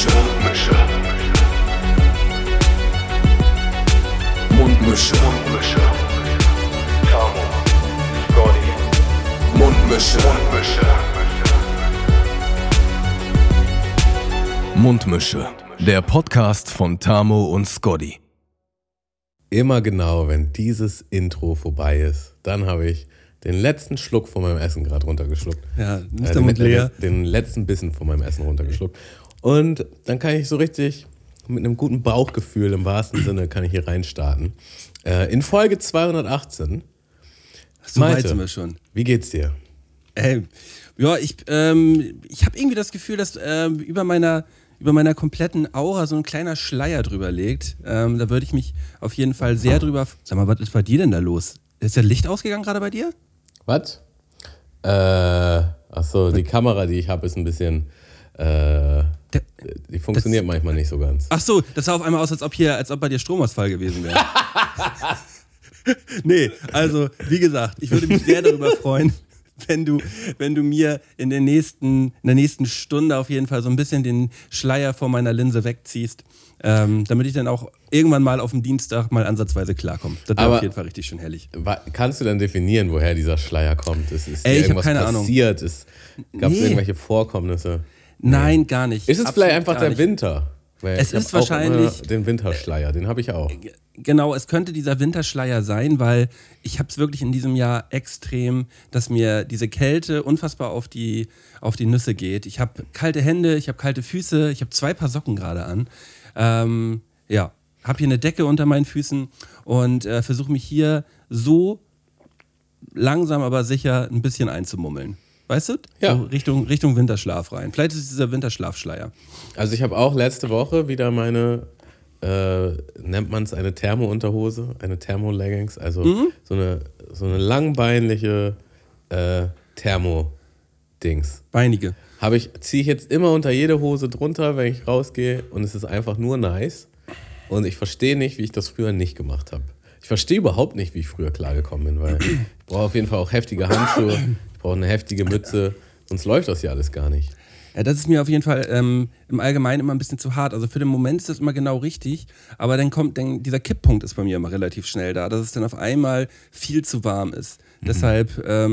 Mundmische. Tamo, Scotty. Mundmische. Der Podcast von Tamo und Scotty. Immer genau, wenn dieses Intro vorbei ist, dann habe ich den letzten Schluck von meinem Essen gerade runtergeschluckt. Ja, nicht der Mund leer. Den letzten Bissen von meinem Essen runtergeschluckt. Und dann kann ich so richtig mit einem guten Bauchgefühl im wahrsten Sinne kann ich hier reinstarten. In Folge 218. So weit sind wir schon. Wie geht's dir? Ja, ich habe irgendwie das Gefühl, dass über meiner kompletten Aura so ein kleiner Schleier drüber liegt. Da würde ich mich auf jeden Fall sehr drüber... Sag mal, was ist bei dir denn da los? Ist das Licht ausgegangen gerade bei dir? Was? Achso, die Kamera, die ich habe, ist ein bisschen... die funktioniert manchmal nicht so ganz. Ach so, das sah auf einmal aus, als ob bei dir Stromausfall gewesen wäre. Nee, also wie gesagt, ich würde mich sehr darüber freuen, wenn du mir in der nächsten Stunde auf jeden Fall so ein bisschen den Schleier vor meiner Linse wegziehst, damit ich dann auch irgendwann mal auf dem Dienstag mal ansatzweise klarkomme. Das wäre auf jeden Fall richtig schön herrlich. Kannst du dann definieren, woher dieser Schleier kommt? Ist dir irgendwas keine passiert? Gab es irgendwelche Vorkommnisse? Nein, gar nicht. Ist es vielleicht einfach der Winter? Weil es ist wahrscheinlich den Winterschleier, den habe ich auch. Genau, es könnte dieser Winterschleier sein, weil ich habe es wirklich in diesem Jahr extrem, dass mir diese Kälte unfassbar auf die Nüsse geht. Ich habe kalte Hände, ich habe kalte Füße, ich habe 2 Paar Socken gerade an. Habe hier eine Decke unter meinen Füßen und versuche mich hier so langsam aber sicher ein bisschen einzumummeln. Weißt du? Ja. So Richtung Winterschlaf rein. Vielleicht ist es dieser Winterschlafschleier. Also ich habe auch letzte Woche wieder meine, nennt man es eine Thermo-Unterhose, eine Thermo-Leggings, also so eine langbeinliche Thermo-Dings. Beinige. Ziehe ich jetzt immer unter jede Hose drunter, wenn ich rausgehe und es ist einfach nur nice. Und ich verstehe nicht, wie ich das früher nicht gemacht habe. Ich verstehe überhaupt nicht, wie ich früher klargekommen bin, weil ich brauche auf jeden Fall auch heftige Handschuhe, ich brauche eine heftige Mütze, sonst läuft das ja alles gar nicht. Ja, das ist mir auf jeden Fall im Allgemeinen immer ein bisschen zu hart. Also für den Moment ist das immer genau richtig, aber dann kommt dieser Kipppunkt ist bei mir immer relativ schnell da, dass es dann auf einmal viel zu warm ist. Deshalb,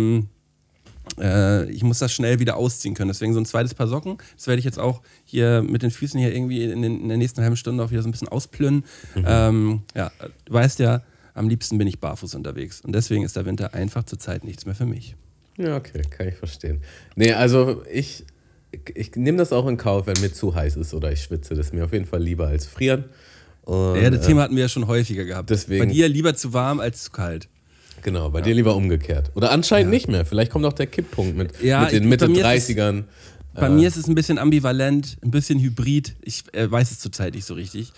ich muss das schnell wieder ausziehen können. Deswegen so ein zweites Paar Socken, das werde ich jetzt auch hier mit den Füßen hier irgendwie in der nächsten halben Stunde auch wieder so ein bisschen ausplünnen. Du weißt ja, am liebsten bin ich barfuß unterwegs und deswegen ist der Winter einfach zurzeit nichts mehr für mich. Ja, okay, kann ich verstehen. Nee, also ich nehme das auch in Kauf, wenn mir zu heiß ist oder ich schwitze. Das ist mir auf jeden Fall lieber als frieren. Und, ja, das Thema hatten wir ja schon häufiger gehabt. Deswegen, bei dir lieber zu warm als zu kalt. Genau, bei dir lieber umgekehrt. Oder anscheinend nicht mehr. Vielleicht kommt auch der Kipppunkt mit den Mitte-30ern. Bei mir ist es ein bisschen ambivalent, ein bisschen hybrid. Ich weiß es zurzeit nicht so richtig.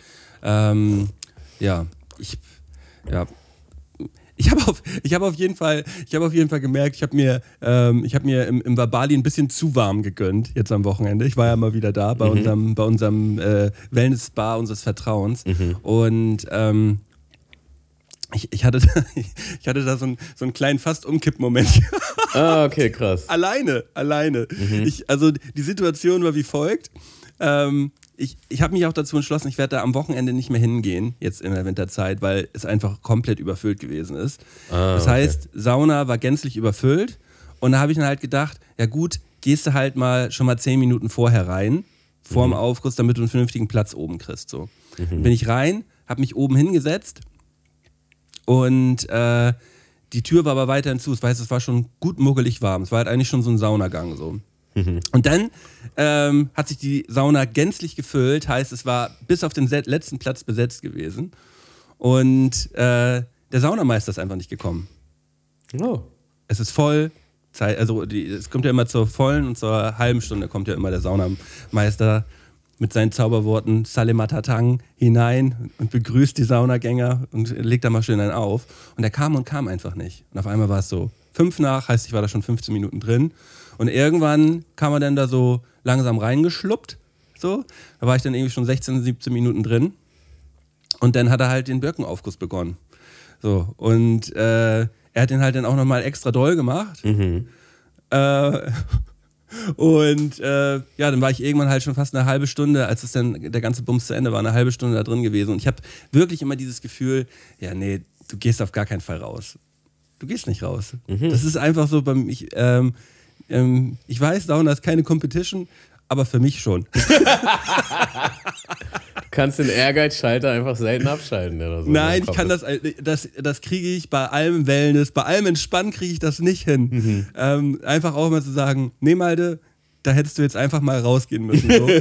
Ich habe auf jeden Fall gemerkt, ich habe mir im Vabali ein bisschen zu warm gegönnt jetzt am Wochenende. Ich war ja mal wieder da bei unserem Wellness-Spa unseres Vertrauens und ich hatte da so einen kleinen fast Umkipp-Moment. Ah, okay, krass. Alleine. Also die Situation war wie folgt. Ich habe mich auch dazu entschlossen, ich werde da am Wochenende nicht mehr hingehen, jetzt in der Winterzeit, weil es einfach komplett überfüllt gewesen ist. Das heißt, Sauna war gänzlich überfüllt und da habe ich dann halt gedacht, ja gut, gehst du halt schon mal 10 Minuten vorher rein, vor dem Aufguss, damit du einen vernünftigen Platz oben kriegst. So. Bin ich rein, habe mich oben hingesetzt und die Tür war aber weiterhin zu. Das heißt, es war schon gut muggelig warm. Es war halt eigentlich schon so ein Saunagang so. Und dann hat sich die Sauna gänzlich gefüllt, heißt, es war bis auf den letzten Platz besetzt gewesen. Und der Saunameister ist einfach nicht gekommen. Oh. Es ist voll. Es kommt ja immer zur vollen und zur halben Stunde kommt ja immer der Saunameister mit seinen Zauberworten Salematatang hinein und begrüßt die Saunagänger und legt da mal schön einen auf. Und er kam einfach nicht. Und auf einmal war es so 5 nach, heißt, ich war da schon 15 Minuten drin. Und irgendwann kam er dann da so langsam reingeschluppt. So. Da war ich dann irgendwie schon 16, 17 Minuten drin. Und dann hat er halt den Birkenaufguss begonnen. So. Und er hat den halt dann auch nochmal extra doll gemacht. Und dann war ich irgendwann halt schon fast eine halbe Stunde, als es dann der ganze Bums zu Ende war, eine halbe Stunde da drin gewesen. Und ich habe wirklich immer dieses Gefühl, ja, nee, du gehst auf gar keinen Fall raus. Du gehst nicht raus. Das ist einfach so, ich weiß, Sauna ist keine Competition, aber für mich schon. Du kannst den Ehrgeizschalter einfach selten abschalten oder so. Nein, ich kann das kriege ich bei allem Wellness, bei allem Entspannen kriege ich das nicht hin. Einfach auch mal zu sagen, nee Malte, da hättest du jetzt einfach mal rausgehen müssen. So.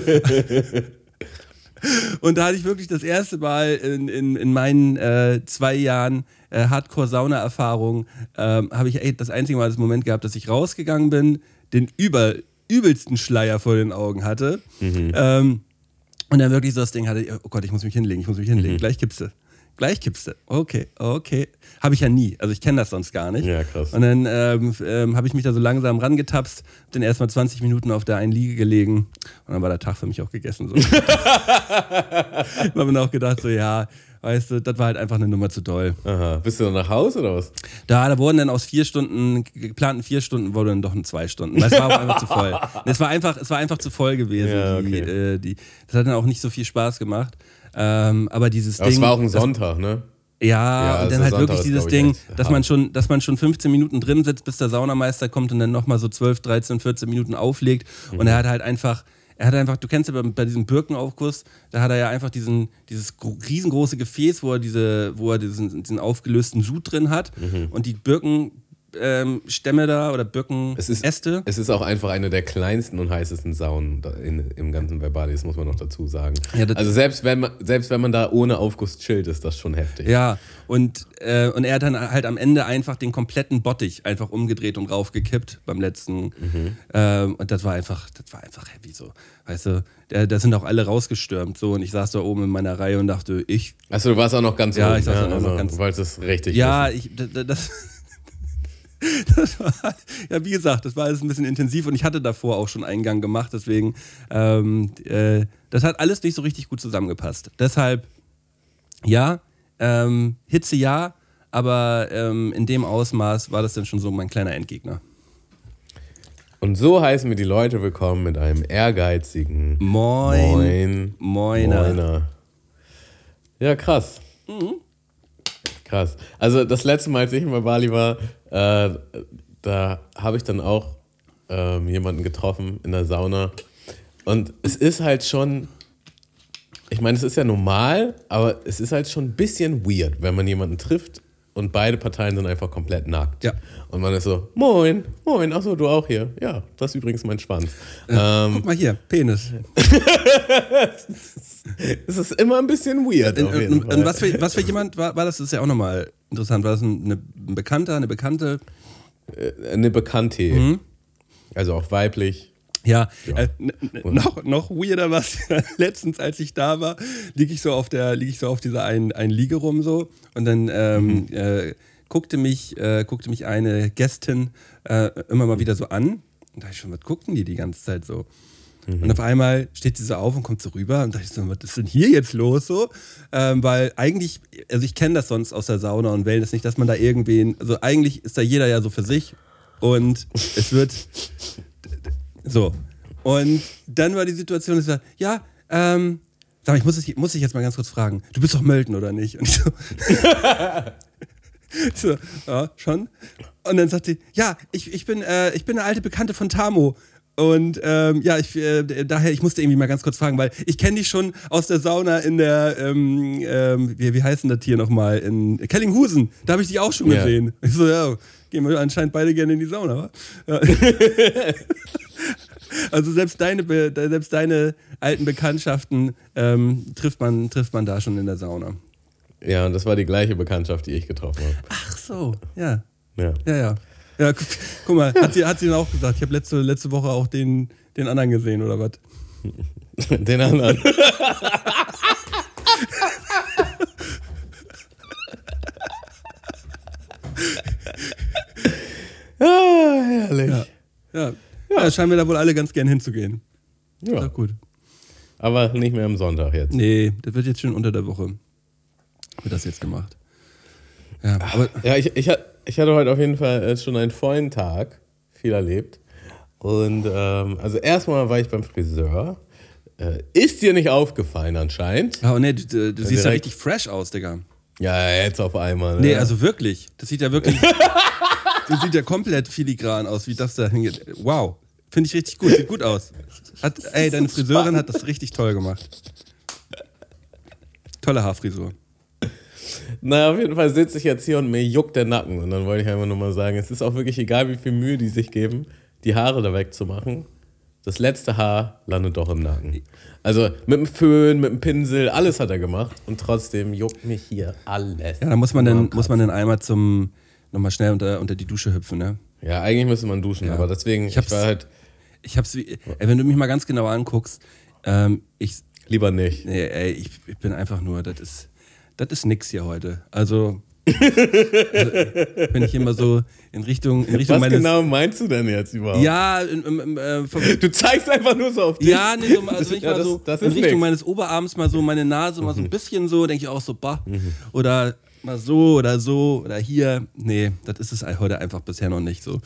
Und da hatte ich wirklich das erste Mal in meinen 2 Jahren Hardcore-Sauna-Erfahrung, habe ich das einzige Mal das Moment gehabt, dass ich rausgegangen bin, den übelsten Schleier vor den Augen hatte. Und dann wirklich so das Ding hatte, oh Gott, ich muss mich hinlegen, gleich kippst du. Okay. Habe ich ja nie, also ich kenne das sonst gar nicht. Ja, krass. Und dann habe ich mich da so langsam rangetapst, hab dann erstmal 20 Minuten auf der einen Liege gelegen und dann war der Tag für mich auch gegessen. So. Ich habe mir dann auch gedacht, so ja, weißt du, das war halt einfach eine Nummer zu doll. Aha. Bist du dann nach Hause oder was? Da wurden dann aus geplanten 4 Stunden, wurde dann doch 2 Stunden. Weil es war auch einfach zu voll. Es war einfach zu voll gewesen. Ja, okay. Das hat dann auch nicht so viel Spaß gemacht. Aber dieses Ding. Es war auch ein Sonntag, ne? Ja, und dann halt Sonntag wirklich dieses Ding, dass man schon 15 Minuten drin sitzt, bis der Saunameister kommt und dann nochmal so 12, 13, 14 Minuten auflegt. Und er hat einfach, du kennst ja bei diesem Birkenaufguss, da hat er ja einfach dieses riesengroße Gefäß, wo er diesen aufgelösten Sud drin hat und die Birkenstämme da oder Birkenäste. Es ist auch einfach eine der kleinsten und heißesten Saunen im ganzen Verbalis, muss man noch dazu sagen. Ja, also selbst wenn man da ohne Aufguss chillt, ist das schon heftig. Ja, und er hat dann halt am Ende einfach den kompletten Bottich einfach umgedreht und raufgekippt beim letzten. Und das war einfach heavy so. Weißt du, da sind auch alle rausgestürmt so und ich saß da oben in meiner Reihe und dachte, Achso, du warst auch noch ganz oben. Ich saß auch noch ganz. Du wolltest es richtig wissen. Das war, ja, wie gesagt, das war alles ein bisschen intensiv und ich hatte davor auch schon einen Gang gemacht, deswegen, das hat alles nicht so richtig gut zusammengepasst. Deshalb, ja, Hitze ja, aber in dem Ausmaß war das dann schon so mein kleiner Endgegner. Und so heißen wir die Leute willkommen mit einem ehrgeizigen Moiner. Ja, krass. Krass. Also das letzte Mal, als ich in Bali war, da habe ich dann auch jemanden getroffen in der Sauna. Und es ist halt schon, ich meine, es ist ja normal, aber es ist halt schon ein bisschen weird, wenn man jemanden trifft und beide Parteien sind einfach komplett nackt. Ja. Und man ist so, moin, achso, du auch hier. Ja, das ist übrigens mein Schwanz. Guck mal hier, Penis. Es ist immer ein bisschen weird. Auf jeden Fall. Und was für jemand war das? Das ist ja auch nochmal interessant. War das ein Bekannter, eine Bekannte? Eine Bekannte. Also auch weiblich. Ja. Noch weirder war es letztens, als ich da war, liege ich so auf dieser einen Liege rum so und dann guckte mich eine Gästin immer mal wieder so an und da dachte ich schon, was guckten die ganze Zeit so? Und auf einmal steht sie so auf und kommt so rüber und dachte ich so, was ist denn hier jetzt los so? Weil eigentlich, also ich kenne das sonst aus der Sauna und Wellness nicht, dass man da irgendwen, also eigentlich ist da jeder ja so für sich und es wird so. Und dann war die Situation, ich sage, ja, sag mal, ich muss dich jetzt mal ganz kurz fragen, du bist doch Mölten oder nicht? Und ich so, ja, schon. Und dann sagt sie, ja, ich bin eine alte Bekannte von Tamo. Und daher, ich musste irgendwie mal ganz kurz fragen, weil ich kenne dich schon aus der Sauna in der, wie heißt denn das hier nochmal, in Kellinghusen. Da habe ich dich auch schon gesehen. Ich so, ja, gehen wir anscheinend beide gerne in die Sauna, wa? Ja. Also selbst deine alten Bekanntschaften trifft man da schon in der Sauna. Ja, und das war die gleiche Bekanntschaft, die ich getroffen habe. Ach so, ja. Ja. Ja, guck mal, hat sie dann auch gesagt. Ich habe letzte Woche auch den anderen gesehen, oder was? Den anderen. Herrlich. Ja, scheinen wir da wohl alle ganz gern hinzugehen. Ja. Gut. Aber nicht mehr am Sonntag jetzt. Nee, das wird jetzt schon unter der Woche. Wird das jetzt gemacht. Ja, aber ja, ich hatte heute auf jeden Fall schon einen vollen Tag, viel erlebt. Und also erstmal war ich beim Friseur. Ist dir nicht aufgefallen anscheinend? Oh nee, du siehst ja richtig fresh aus, Digga. Ja, jetzt auf einmal. Ne? Nee, also wirklich. Das sieht ja wirklich... das sieht ja komplett filigran aus, wie das da hingeht. Wow. Finde ich richtig gut. Sieht gut aus. Deine Friseurin hat das richtig toll gemacht. Tolle Haarfrisur. Na, auf jeden Fall sitze ich jetzt hier und mir juckt der Nacken. Und dann wollte ich einfach nur mal sagen, es ist auch wirklich egal, wie viel Mühe die sich geben, die Haare da wegzumachen. Das letzte Haar landet doch im Nacken. Also mit dem Föhn, mit dem Pinsel, alles hat er gemacht. Und trotzdem juckt mich hier alles. Ja, da muss man dann einmal nochmal schnell unter die Dusche hüpfen, ne? Ja, eigentlich müsste man duschen, Ja. aber deswegen, wenn du mich mal ganz genau anguckst, lieber nicht. ich bin einfach nur, das ist nix hier heute. Also bin ich immer so in Richtung Was meines... genau meinst du denn jetzt überhaupt? Ja, Du zeigst einfach nur so auf dich. ja, nee, so, also wenn ich Ja, mal so das in ist Richtung nix. meines Oberarms mal so meine Nase mal so ein bisschen so, denke ich auch so, bah. Oder mal so oder hier. Nee, das ist es heute einfach bisher noch nicht so.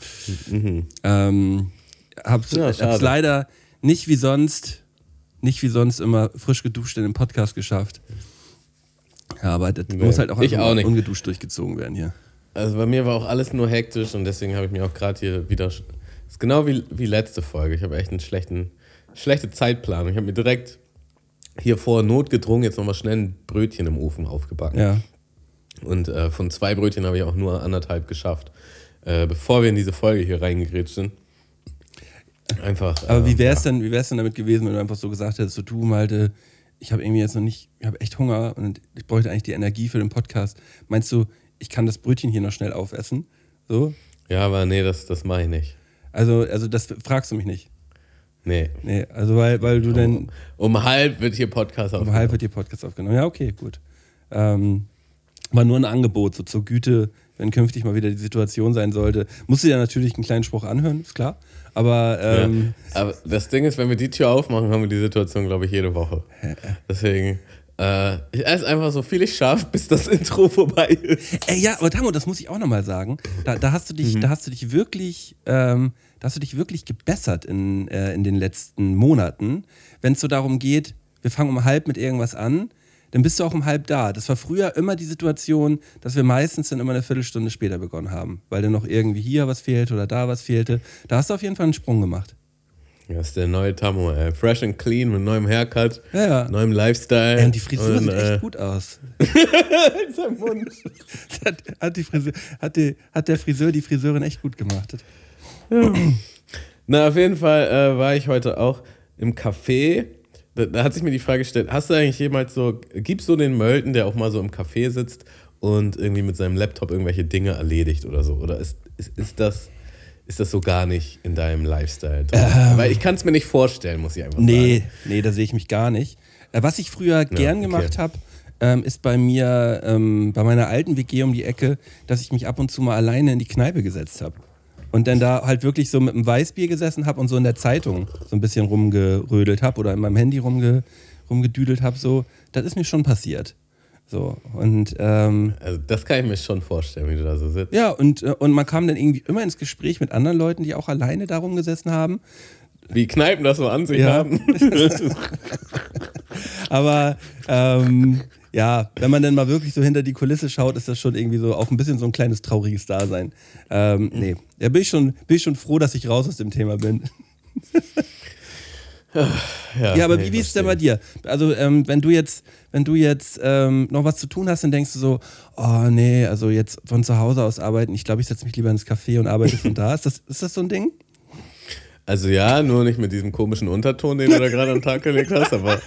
Hab's schade. leider nicht wie sonst immer frisch geduscht in den Podcast geschafft. Ja, aber das muss halt auch ich einfach auch mal nicht. ungeduscht durchgezogen werden hier. Also bei mir war auch alles nur hektisch und deswegen habe ich mir auch gerade hier wieder... Das ist genau wie letzte Folge. Ich habe echt einen schlechte Zeitplanung. Ich habe mir direkt hier vor notgedrungen jetzt nochmal schnell ein Brötchen im Ofen aufgebacken. Ja. Und von 2 Brötchen habe ich auch nur 1,5 geschafft. Bevor wir in diese Folge hier reingegrätscht sind. Einfach. Aber wie wär's denn damit gewesen, wenn du einfach so gesagt hättest, so du Malte, ich habe irgendwie jetzt noch nicht, ich habe echt Hunger und ich bräuchte eigentlich die Energie für den Podcast. Meinst du, ich kann das Brötchen hier noch schnell aufessen? So? Ja, aber nee, das mache ich nicht. Also das fragst du mich nicht. Nee. Nee, also weil du dann Um 1:30 wird hier Podcast um aufgenommen. 1:30 wird hier Podcast aufgenommen. Ja, okay, gut. War nur ein Angebot, so zur Güte, wenn künftig mal wieder die Situation sein sollte. Musst du ja natürlich einen kleinen Spruch anhören, ist klar. Aber, Ja. Aber das Ding ist, wenn wir die Tür aufmachen, haben wir die Situation, glaube ich, jede Woche. Deswegen, ich esse einfach so viel ich schaffe, bis das Intro vorbei ist. ja, aber Tamo, das muss ich auch nochmal sagen. Da hast du dich wirklich gebessert in den letzten Monaten. Wenn es so darum geht, wir fangen um 1:30 mit irgendwas an, dann bist du auch um 1:30 da. Das war früher immer die Situation, dass wir meistens dann immer eine Viertelstunde später begonnen haben, weil dann noch irgendwie hier was fehlte oder da was fehlte. Da hast du auf jeden Fall einen Sprung gemacht. Das ist der neue Tammo, ey. Fresh and clean mit neuem Haircut, Ja. neuem Lifestyle. Und die Frisur sieht echt gut aus. Sein Mund. Hat der Friseur die Friseurin echt gut gemacht. Na, auf jeden Fall war ich heute auch im Café. Da hat sich mir die Frage gestellt, hast du eigentlich jemals gibst du den Mölten, der auch mal so im Café sitzt und irgendwie mit seinem Laptop irgendwelche Dinge erledigt oder so? Oder ist das so gar nicht in deinem Lifestyle drin? Weil ich kann es mir nicht vorstellen, muss ich einfach sagen. Nee, da sehe ich mich gar nicht. Was ich früher gern gemacht habe, ist bei mir, bei meiner alten WG um die Ecke, dass ich mich ab und zu mal alleine in die Kneipe gesetzt habe. Und dann da halt wirklich so mit einem Weißbier gesessen habe und so in der Zeitung so ein bisschen rumgerödelt habe oder in meinem Handy rumgedüdelt habe. So, das ist mir schon passiert. So, und Also das kann ich mir schon vorstellen, wie du da so sitzt. ja, und man kam dann irgendwie immer ins Gespräch mit anderen Leuten, die auch alleine da rumgesessen haben. Wie Kneipen das so an sich Ja. haben. Aber ja, wenn man dann mal wirklich so hinter die Kulisse schaut, ist das schon irgendwie so auch ein bisschen so ein kleines trauriges Dasein. Nee, da bin ich schon froh, dass ich raus aus dem Thema bin. Ja, aber nee, wie ist es denn bei dir? Also wenn du jetzt noch was zu tun hast, dann denkst du so, oh nee, also jetzt von zu Hause aus arbeiten, ich glaube, ich setze mich lieber ins Café und arbeite von da. Ist das so ein Ding? Also ja, nur nicht mit diesem komischen Unterton, den du da gerade am Tag gelegt hast, aber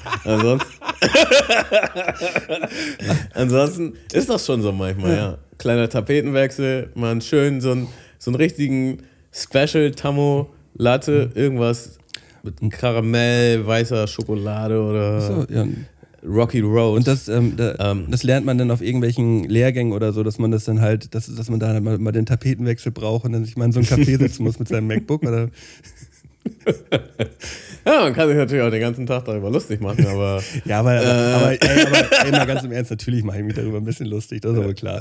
ansonsten ist das schon so manchmal, ja. Kleiner Tapetenwechsel, mal schön so einen richtigen Special Tammo Latte, irgendwas mit Karamell, weißer Schokolade oder So, ja. Rocky Road. Und das lernt man dann auf irgendwelchen Lehrgängen oder so, dass man das dann halt, dass man da mal den Tapetenwechsel braucht und dann sich mal in so ein Café setzen muss mit seinem MacBook oder. Ja, man kann sich natürlich auch den ganzen Tag darüber lustig machen, aber Ja, aber ey, mal ganz im Ernst, natürlich mache ich mich darüber ein bisschen lustig, das ist aber klar.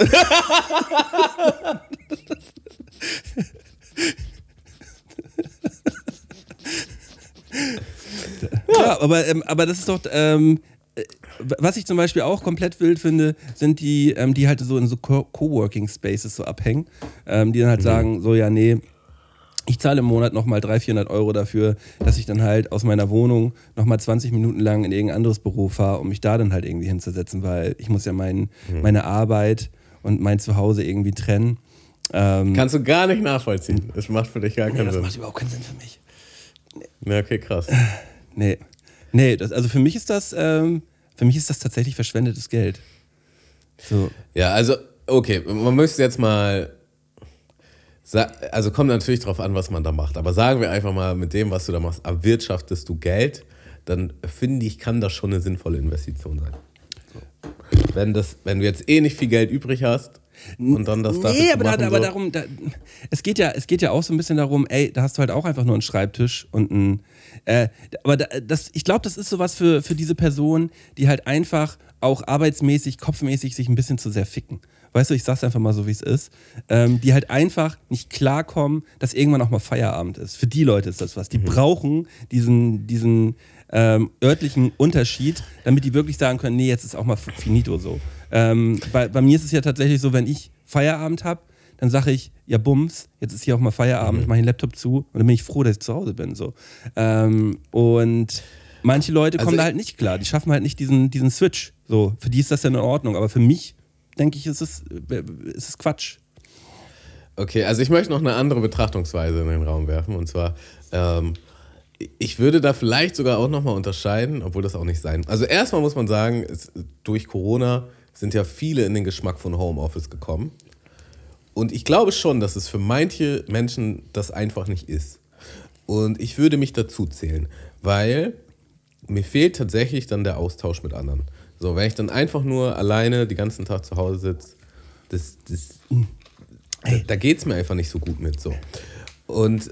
Ja, aber das ist doch, was ich zum Beispiel auch komplett wild finde, sind die halt so in so Coworking Spaces so abhängen, die dann halt sagen, so ja, nee, ich zahle im Monat nochmal 300-400 Euro dafür, dass ich dann halt aus meiner Wohnung nochmal 20 Minuten lang in irgendein anderes Büro fahre, um mich da dann halt irgendwie hinzusetzen, weil ich muss ja meine Arbeit und mein Zuhause irgendwie trennen. Kannst du gar nicht nachvollziehen. Das macht für dich gar keinen Sinn. Das macht überhaupt keinen Sinn für mich. Ja, okay, krass. Nee, also für mich ist das tatsächlich verschwendetes Geld. So. Ja, also, okay, man müsste jetzt mal, also kommt natürlich drauf an, was man da macht, aber sagen wir einfach mal, mit dem, was du da machst, erwirtschaftest du Geld, dann finde ich, kann das schon eine sinnvolle Investition sein. So. Wenn du jetzt nicht viel Geld übrig hast und dann das dafür zu machen, aber darum, es geht ja auch so ein bisschen darum, da hast du halt auch einfach nur einen Schreibtisch und ich glaube, das ist sowas für diese Person, die halt einfach auch arbeitsmäßig, kopfmäßig sich ein bisschen zu sehr ficken. Weißt du, ich sag's einfach mal so, wie es ist. Die halt einfach nicht klarkommen, dass irgendwann auch mal Feierabend ist. Für die Leute ist das was. Die brauchen diesen örtlichen Unterschied, damit die wirklich sagen können, nee, jetzt ist auch mal finito so. Bei mir ist es ja tatsächlich so, wenn ich Feierabend habe, dann sage ich, ja bums, jetzt ist hier auch mal Feierabend, ich mache den Laptop zu und dann bin ich froh, dass ich zu Hause bin. So. Und manche Leute kommen da halt nicht klar, die schaffen halt nicht diesen Switch. So. Für die ist das ja in Ordnung, aber für mich, denke ich, ist es Quatsch. Okay, also ich möchte noch eine andere Betrachtungsweise in den Raum werfen und zwar, ich würde da vielleicht sogar auch nochmal unterscheiden, obwohl das auch nicht sein. Also erstmal muss man sagen, durch Corona sind ja viele in den Geschmack von Homeoffice gekommen. Und ich glaube schon, dass es für manche Menschen das einfach nicht ist. Und ich würde mich dazu zählen, weil mir fehlt tatsächlich dann der Austausch mit anderen. So, wenn ich dann einfach nur alleine den ganzen Tag zu Hause sitze, da geht es mir einfach nicht so gut mit. So. Und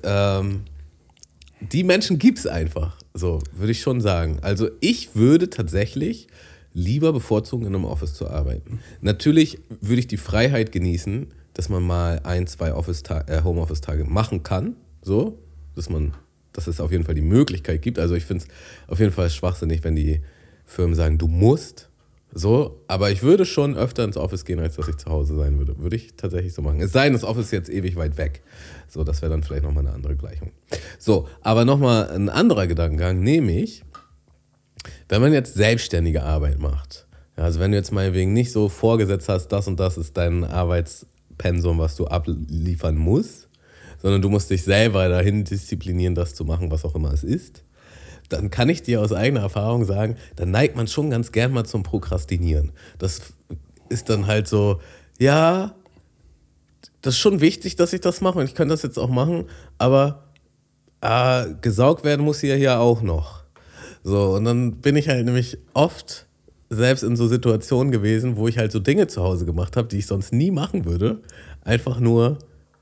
die Menschen gibt es einfach, so würde ich schon sagen. Also ich würde tatsächlich lieber bevorzugen, in einem Office zu arbeiten. Natürlich würde ich die Freiheit genießen, dass man mal 1-2 Homeoffice-Tage machen kann, so, dass es auf jeden Fall die Möglichkeit gibt. Also ich finde es auf jeden Fall schwachsinnig, wenn die Firmen sagen, du musst, so, aber ich würde schon öfter ins Office gehen, als dass ich zu Hause sein würde. Würde ich tatsächlich so machen. Es sei denn, das Office ist jetzt ewig weit weg. So, das wäre dann vielleicht nochmal eine andere Gleichung. So, aber nochmal ein anderer Gedankengang, nämlich, wenn man jetzt selbstständige Arbeit macht, also wenn du jetzt meinetwegen nicht so vorgesetzt hast, das und das ist dein Arbeitspensum, was du abliefern musst, sondern du musst dich selber dahin disziplinieren, das zu machen, was auch immer es ist, dann kann ich dir aus eigener Erfahrung sagen, dann neigt man schon ganz gern mal zum Prokrastinieren. Das ist dann halt so, ja, das ist schon wichtig, dass ich das mache und ich kann das jetzt auch machen, aber gesaugt werden muss hier auch noch. So, und dann bin ich halt nämlich oft selbst in so Situationen gewesen, wo ich halt so Dinge zu Hause gemacht habe, die ich sonst nie machen würde, einfach nur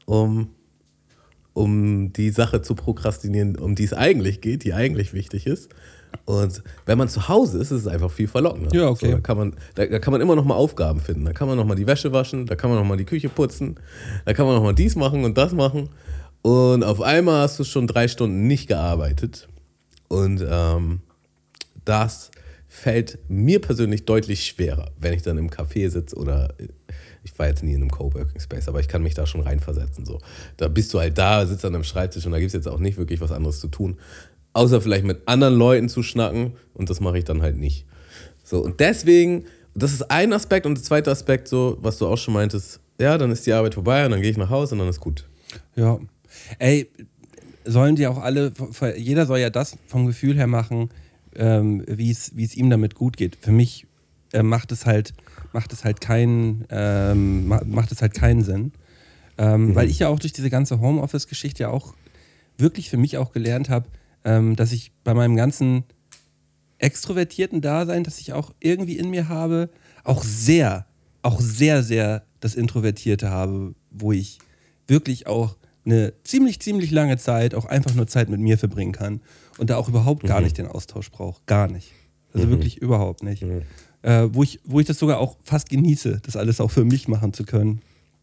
um die Sache zu prokrastinieren, um die es eigentlich geht, die eigentlich wichtig ist. Und wenn man zu Hause ist, ist es einfach viel verlockender. Ja, okay. So, da kann man immer noch mal Aufgaben finden. Da kann man noch mal die Wäsche waschen, da kann man noch mal die Küche putzen, da kann man noch mal dies machen und das machen. Und auf einmal hast du schon 3 Stunden nicht gearbeitet. Und das fällt mir persönlich deutlich schwerer, wenn ich dann im Café sitze oder ich war jetzt nie in einem Coworking Space, aber ich kann mich da schon reinversetzen. So. Da bist du halt da, sitzt an einem Schreibtisch und da gibt es jetzt auch nicht wirklich was anderes zu tun, außer vielleicht mit anderen Leuten zu schnacken und das mache ich dann halt nicht. So, und deswegen, das ist ein Aspekt und der zweite Aspekt, so, was du auch schon meintest, ja, dann ist die Arbeit vorbei und dann gehe ich nach Hause und dann ist gut. Ja, sollen die auch alle, jeder soll ja das vom Gefühl her machen, wie es ihm damit gut geht. Für mich macht es halt keinen Sinn. Weil ich ja auch durch diese ganze Homeoffice-Geschichte ja auch wirklich für mich auch gelernt habe, dass ich bei meinem ganzen extrovertierten Dasein, das ich auch irgendwie in mir habe, auch sehr, sehr das Introvertierte habe, wo ich wirklich auch eine ziemlich lange Zeit auch einfach nur Zeit mit mir verbringen kann und da auch überhaupt gar nicht den Austausch brauche. Gar nicht. Also wirklich überhaupt nicht. Wo ich das sogar auch fast genieße, das alles auch für mich machen zu können.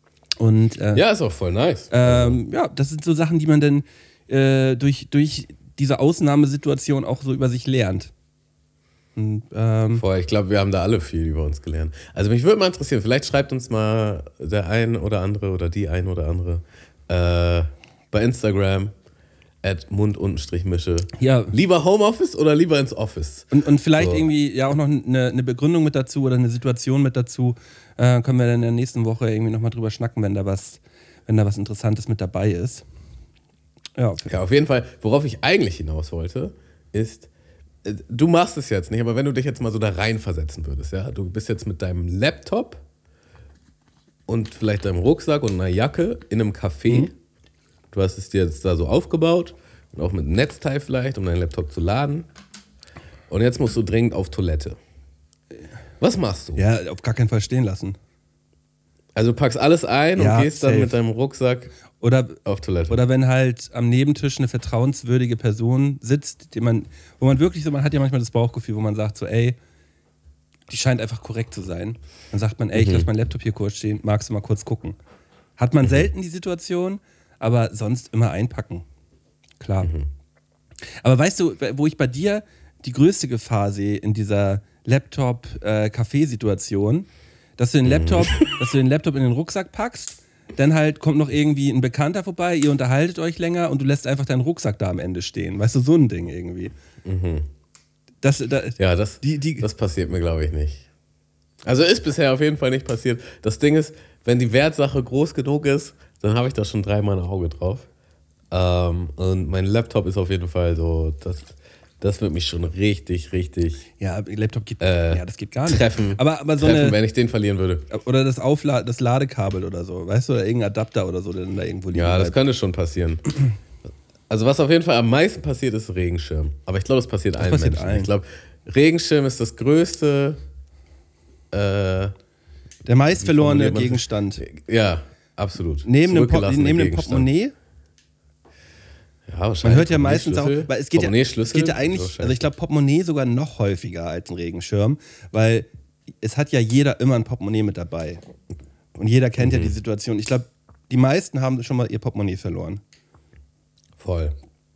Und, ja, ist auch voll nice. Ja, das sind so Sachen, die man dann durch diese Ausnahmesituation auch so über sich lernt. Und, Ich glaube, wir haben da alle viel über uns gelernt. Also mich würde mal interessieren, vielleicht schreibt uns mal der ein oder andere oder die ein oder andere bei Instagram @mund_mische. Ja. Lieber Homeoffice oder lieber ins Office? Und vielleicht So. irgendwie ja auch noch eine Begründung mit dazu oder eine Situation mit dazu. Können wir dann in der nächsten Woche irgendwie nochmal drüber schnacken, wenn da was Interessantes mit dabei ist. Ja, Ja, auf jeden Fall. Worauf ich eigentlich hinaus wollte, ist, du machst es jetzt nicht, aber wenn du dich jetzt mal so da reinversetzen würdest, ja, du bist jetzt mit deinem Laptop und vielleicht deinem Rucksack und einer Jacke in einem Café. Du hast es dir jetzt da so aufgebaut und auch mit einem Netzteil vielleicht, um deinen Laptop zu laden. Und jetzt musst du dringend auf Toilette. Was machst du? Ja, auf gar keinen Fall stehen lassen. Also du packst alles ein Ja, und gehst dann safe. mit deinem Rucksack Oder auf Toilette. Oder wenn halt am Nebentisch eine vertrauenswürdige wo man wirklich so, man hat ja manchmal das Bauchgefühl, wo man sagt so, ey, die scheint einfach korrekt zu sein. Dann sagt man, ey, ich lasse meinen Laptop hier kurz stehen, magst du mal kurz gucken? Hat man selten die Situation, aber sonst immer einpacken. Klar. Aber weißt du, wo ich bei dir die größte Gefahr sehe in dieser Laptop-Café-Situation, dass du den Laptop in den Rucksack packst, dann halt kommt noch irgendwie ein Bekannter vorbei, ihr unterhaltet euch länger und du lässt einfach deinen Rucksack da am Ende stehen. Weißt du, so ein Ding irgendwie. Das passiert mir, glaube ich, nicht. Also ist bisher auf jeden Fall nicht passiert. Das Ding ist, wenn die Wertsache groß genug ist, dann habe ich da schon dreimal ein Auge drauf. Und mein Laptop ist auf jeden Fall so, das wird mich schon richtig Ja, Laptop geht, das geht gar nicht. treffen, aber so wenn ich den verlieren würde. Oder das Ladekabel oder so, weißt du, oder irgendein Adapter oder so, der dann da irgendwo liegt. Ja, das könnte schon passieren. Also was auf jeden Fall am meisten passiert, ist Regenschirm. Aber ich glaube, das passiert allen Menschen. allen. Ich glaube, Regenschirm ist das größte... der meist verlorene Gegenstand. Ja, absolut. Neben dem Zurückgelassene Portemonnaie. Ja, wahrscheinlich. Man hört ja meistens auch, weil es geht ja eigentlich, Schlüssel, also ich glaube Portemonnaie sogar noch häufiger als ein Regenschirm, weil es hat ja jeder immer ein Portemonnaie mit dabei. Und jeder kennt ja die Situation. Ich glaube, die meisten haben schon mal ihr Portemonnaie verloren. Voll.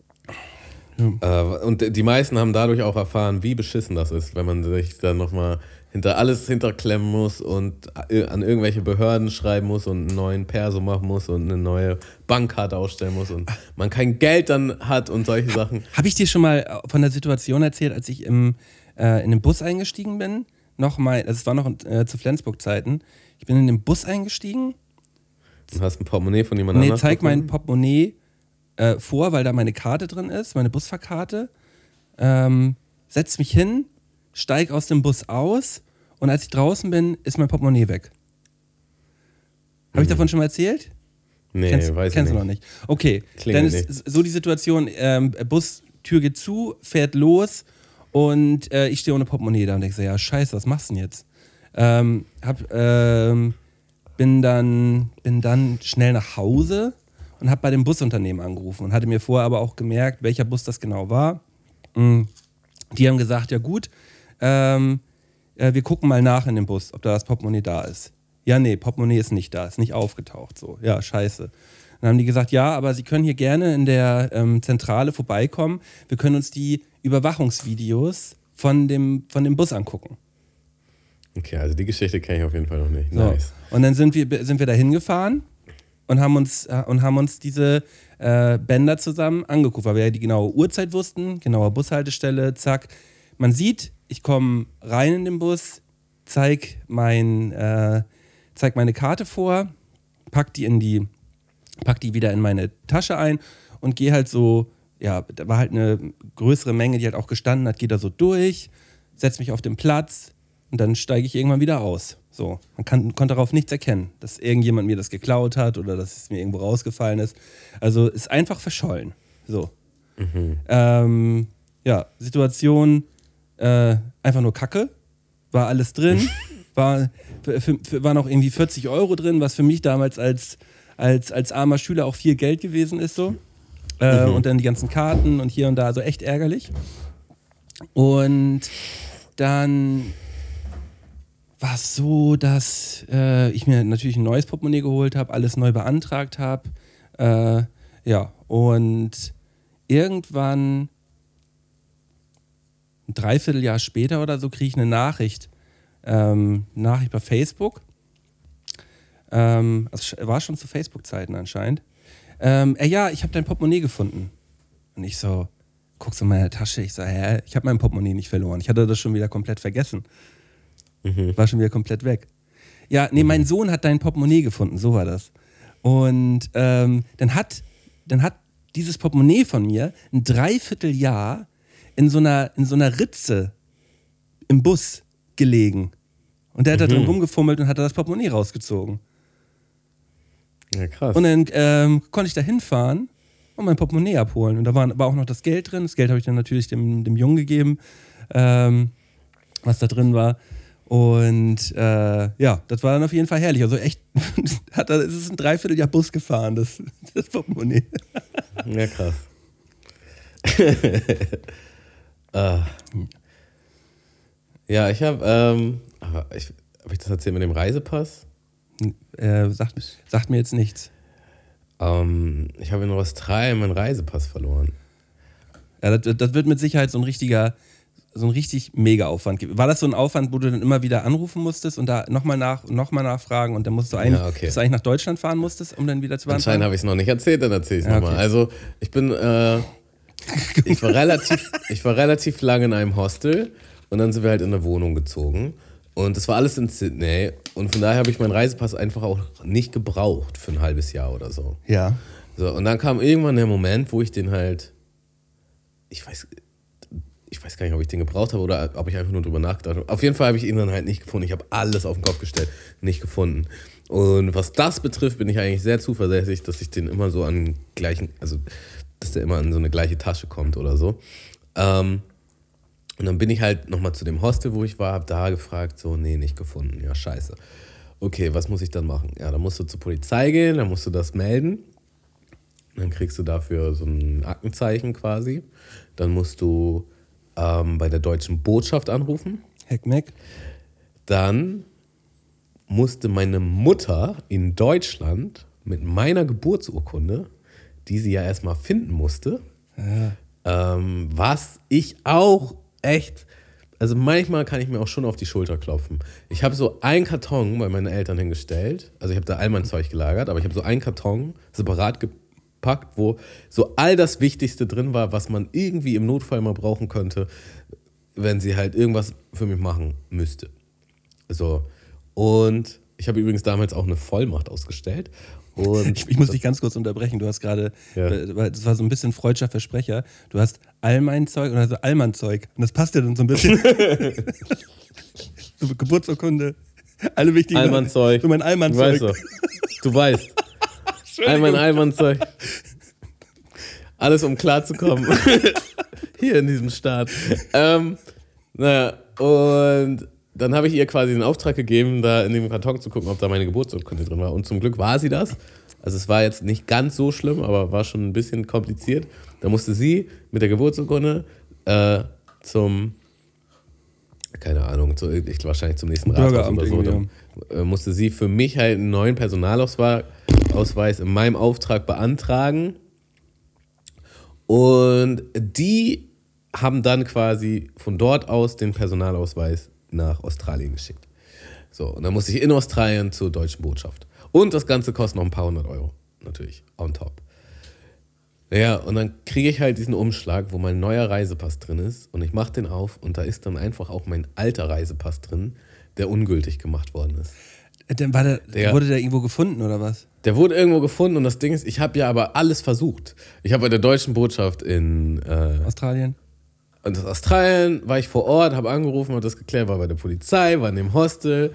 Und die meisten haben dadurch auch erfahren, wie beschissen das ist, wenn man sich dann nochmal hinterklemmen muss und an irgendwelche Behörden schreiben muss und einen neuen Perso machen muss und eine neue Bankkarte ausstellen muss und man kein Geld dann hat und solche Sachen. Habe ich dir schon mal von der Situation erzählt, als ich in den Bus eingestiegen bin? Es war noch zu Flensburg-Zeiten. Ich bin in den Bus eingestiegen. Du hast ein Portemonnaie von jemand anderem. Zeig mein Portemonnaie vor, weil da meine Karte drin ist, meine Busfahrkarte. Setz mich hin, steig aus dem Bus aus und als ich draußen bin, ist mein Portemonnaie weg. Habe ich davon schon mal erzählt? Nee, weiß ich nicht. Kennst du noch nicht. Okay, Klingelt dann ist so die Situation, Bustür geht zu, fährt los und ich stehe ohne Portemonnaie da und denke so, ja scheiße, was machst du denn jetzt? Bin dann schnell nach Hause und habe bei dem Busunternehmen angerufen und hatte mir vorher aber auch gemerkt, welcher Bus das genau war. Die haben gesagt, ja gut, wir gucken mal nach in dem Bus, ob da das Portemonnaie da ist. Ja, nee, Portemonnaie ist nicht da, ist nicht aufgetaucht. So, ja, scheiße. Dann haben die gesagt, ja, aber Sie können hier gerne in der Zentrale vorbeikommen. Wir können uns die Überwachungsvideos von dem Bus angucken. Okay, also die Geschichte kenne ich auf jeden Fall noch nicht. So. Nice. Und dann sind wir da hingefahren und haben uns diese Bänder zusammen angeguckt, weil wir ja die genaue Uhrzeit wussten, genaue Bushaltestelle, zack. Man sieht, ich komme rein in den Bus, zeig meine Karte vor, pack die wieder in meine Tasche ein und gehe halt so, ja, da war halt eine größere Menge, die halt auch gestanden hat, gehe da so durch, setz mich auf den Platz und dann steige ich irgendwann wieder aus. So, man konnte darauf nichts erkennen, dass irgendjemand mir das geklaut hat oder dass es mir irgendwo rausgefallen ist. Also ist einfach verschollen. So. Situation einfach nur Kacke. War alles drin. War noch irgendwie 40 € drin, was für mich damals als armer Schüler auch viel Geld gewesen ist. So. Und dann die ganzen Karten und hier und da, also echt ärgerlich. Und dann war es so, dass ich mir natürlich ein neues Portemonnaie geholt habe, alles neu beantragt habe. Und irgendwann ein Dreivierteljahr später oder so kriege ich eine Nachricht bei Facebook. Also war schon zu Facebook-Zeiten anscheinend. Ja, ich habe dein Portemonnaie gefunden. Und ich so, guckst in meine Tasche, ich so, ich habe mein Portemonnaie nicht verloren. Ich hatte das schon wieder komplett vergessen. War schon wieder komplett weg. Ja, nee, mein Sohn hat dein Portemonnaie gefunden, so war das. Und dann hat dieses Portemonnaie von mir ein Dreivierteljahr in so einer Ritze im Bus gelegen. Und der hat da drin rumgefummelt und hat da das Portemonnaie rausgezogen. Ja, krass. Und dann konnte ich da hinfahren und mein Portemonnaie abholen. Und da war auch noch das Geld drin. Das Geld habe ich dann natürlich dem Jungen gegeben, was da drin war. Und ja, das war dann auf jeden Fall herrlich. Also echt, es ist ein Dreivierteljahr Bus gefahren, das Portemonnaie. Ja, krass. Ja, ich habe, habe ich das erzählt mit dem Reisepass? Sagt mir jetzt nichts. Ich habe in Australien meinen Reisepass verloren. Ja, das wird mit Sicherheit so ein richtig mega Aufwand geben. War das so ein Aufwand, wo du dann immer wieder anrufen musstest und da nochmal nachfragen und dann musst du eigentlich, dass du eigentlich nach Deutschland fahren musstest, um dann wieder zu beantragen? Anscheinend habe ich es noch nicht erzählt, dann erzähle ich es nochmal. Okay. Also ich war relativ lange in einem Hostel und dann sind wir halt in eine Wohnung gezogen. Und das war alles in Sydney und von daher habe ich meinen Reisepass einfach auch nicht gebraucht für ein halbes Jahr oder so. Ja. So, und dann kam irgendwann der Moment, wo ich den halt, ich weiß gar nicht, ob ich den gebraucht habe oder ob ich einfach nur drüber nachgedacht habe. Auf jeden Fall habe ich ihn dann halt nicht gefunden. Ich habe alles auf den Kopf gestellt, nicht gefunden. Und was das betrifft, bin ich eigentlich sehr zuversichtlich, dass ich den immer so an gleichen, also dass der immer an so eine gleiche Tasche kommt oder so. Und dann bin ich halt nochmal zu dem Hostel, wo ich war, habe da gefragt, so, nee, nicht gefunden. Ja, scheiße. Okay, was muss ich dann machen? Ja, dann musst du zur Polizei gehen, dann musst du das melden. Dann kriegst du dafür so ein Aktenzeichen quasi. Dann musst du bei der deutschen Botschaft anrufen. Heckmeck. Dann musste meine Mutter in Deutschland mit meiner Geburtsurkunde, die sie ja erstmal finden musste, was ich auch echt, also manchmal kann ich mir auch schon auf die Schulter klopfen. Ich habe so einen Karton bei meinen Eltern hingestellt, also ich habe da all mein Zeug gelagert, aber ich habe so einen Karton separat gepackt, wo so all das Wichtigste drin war, was man irgendwie im Notfall mal brauchen könnte, wenn sie halt irgendwas für mich machen müsste. So. Und ich habe übrigens damals auch eine Vollmacht ausgestellt. Und ich muss dich ganz kurz unterbrechen. Du hast gerade, das war so ein bisschen freudscher Versprecher. Du hast all mein Zeug oder so Allmann-Zeug. Und das passt ja dann so ein bisschen. So Geburtsurkunde, alle wichtigen Allmann-Zeug. So mein Allmann-Zeug. Du weißt. All mein Allmann-Zeug. Alles, um klarzukommen. Hier in diesem Staat. Naja, und dann habe ich ihr quasi den Auftrag gegeben, da in dem Karton zu gucken, ob da meine Geburtsurkunde drin war. Und zum Glück war sie das. Also es war jetzt nicht ganz so schlimm, aber war schon ein bisschen kompliziert. Da musste sie mit der Geburtsurkunde wahrscheinlich zum nächsten Rathaus oder so. Dann musste sie für mich halt einen neuen Personalausweis in meinem Auftrag beantragen. Und die haben dann quasi von dort aus den Personalausweis nach Australien geschickt. So, und dann musste ich in Australien zur deutschen Botschaft. Und das Ganze kostet noch ein paar 100 Euro, natürlich, on top. Ja, und dann kriege ich halt diesen Umschlag, wo mein neuer Reisepass drin ist und ich mache den auf und da ist dann einfach auch mein alter Reisepass drin, der ungültig gemacht worden ist. Wurde der irgendwo gefunden oder was? Der wurde irgendwo gefunden und das Ding ist, ich habe ja aber alles versucht. Ich habe bei der deutschen Botschaft in Australien. Und in Australien war ich vor Ort, habe angerufen, habe das geklärt, war bei der Polizei, war in dem Hostel,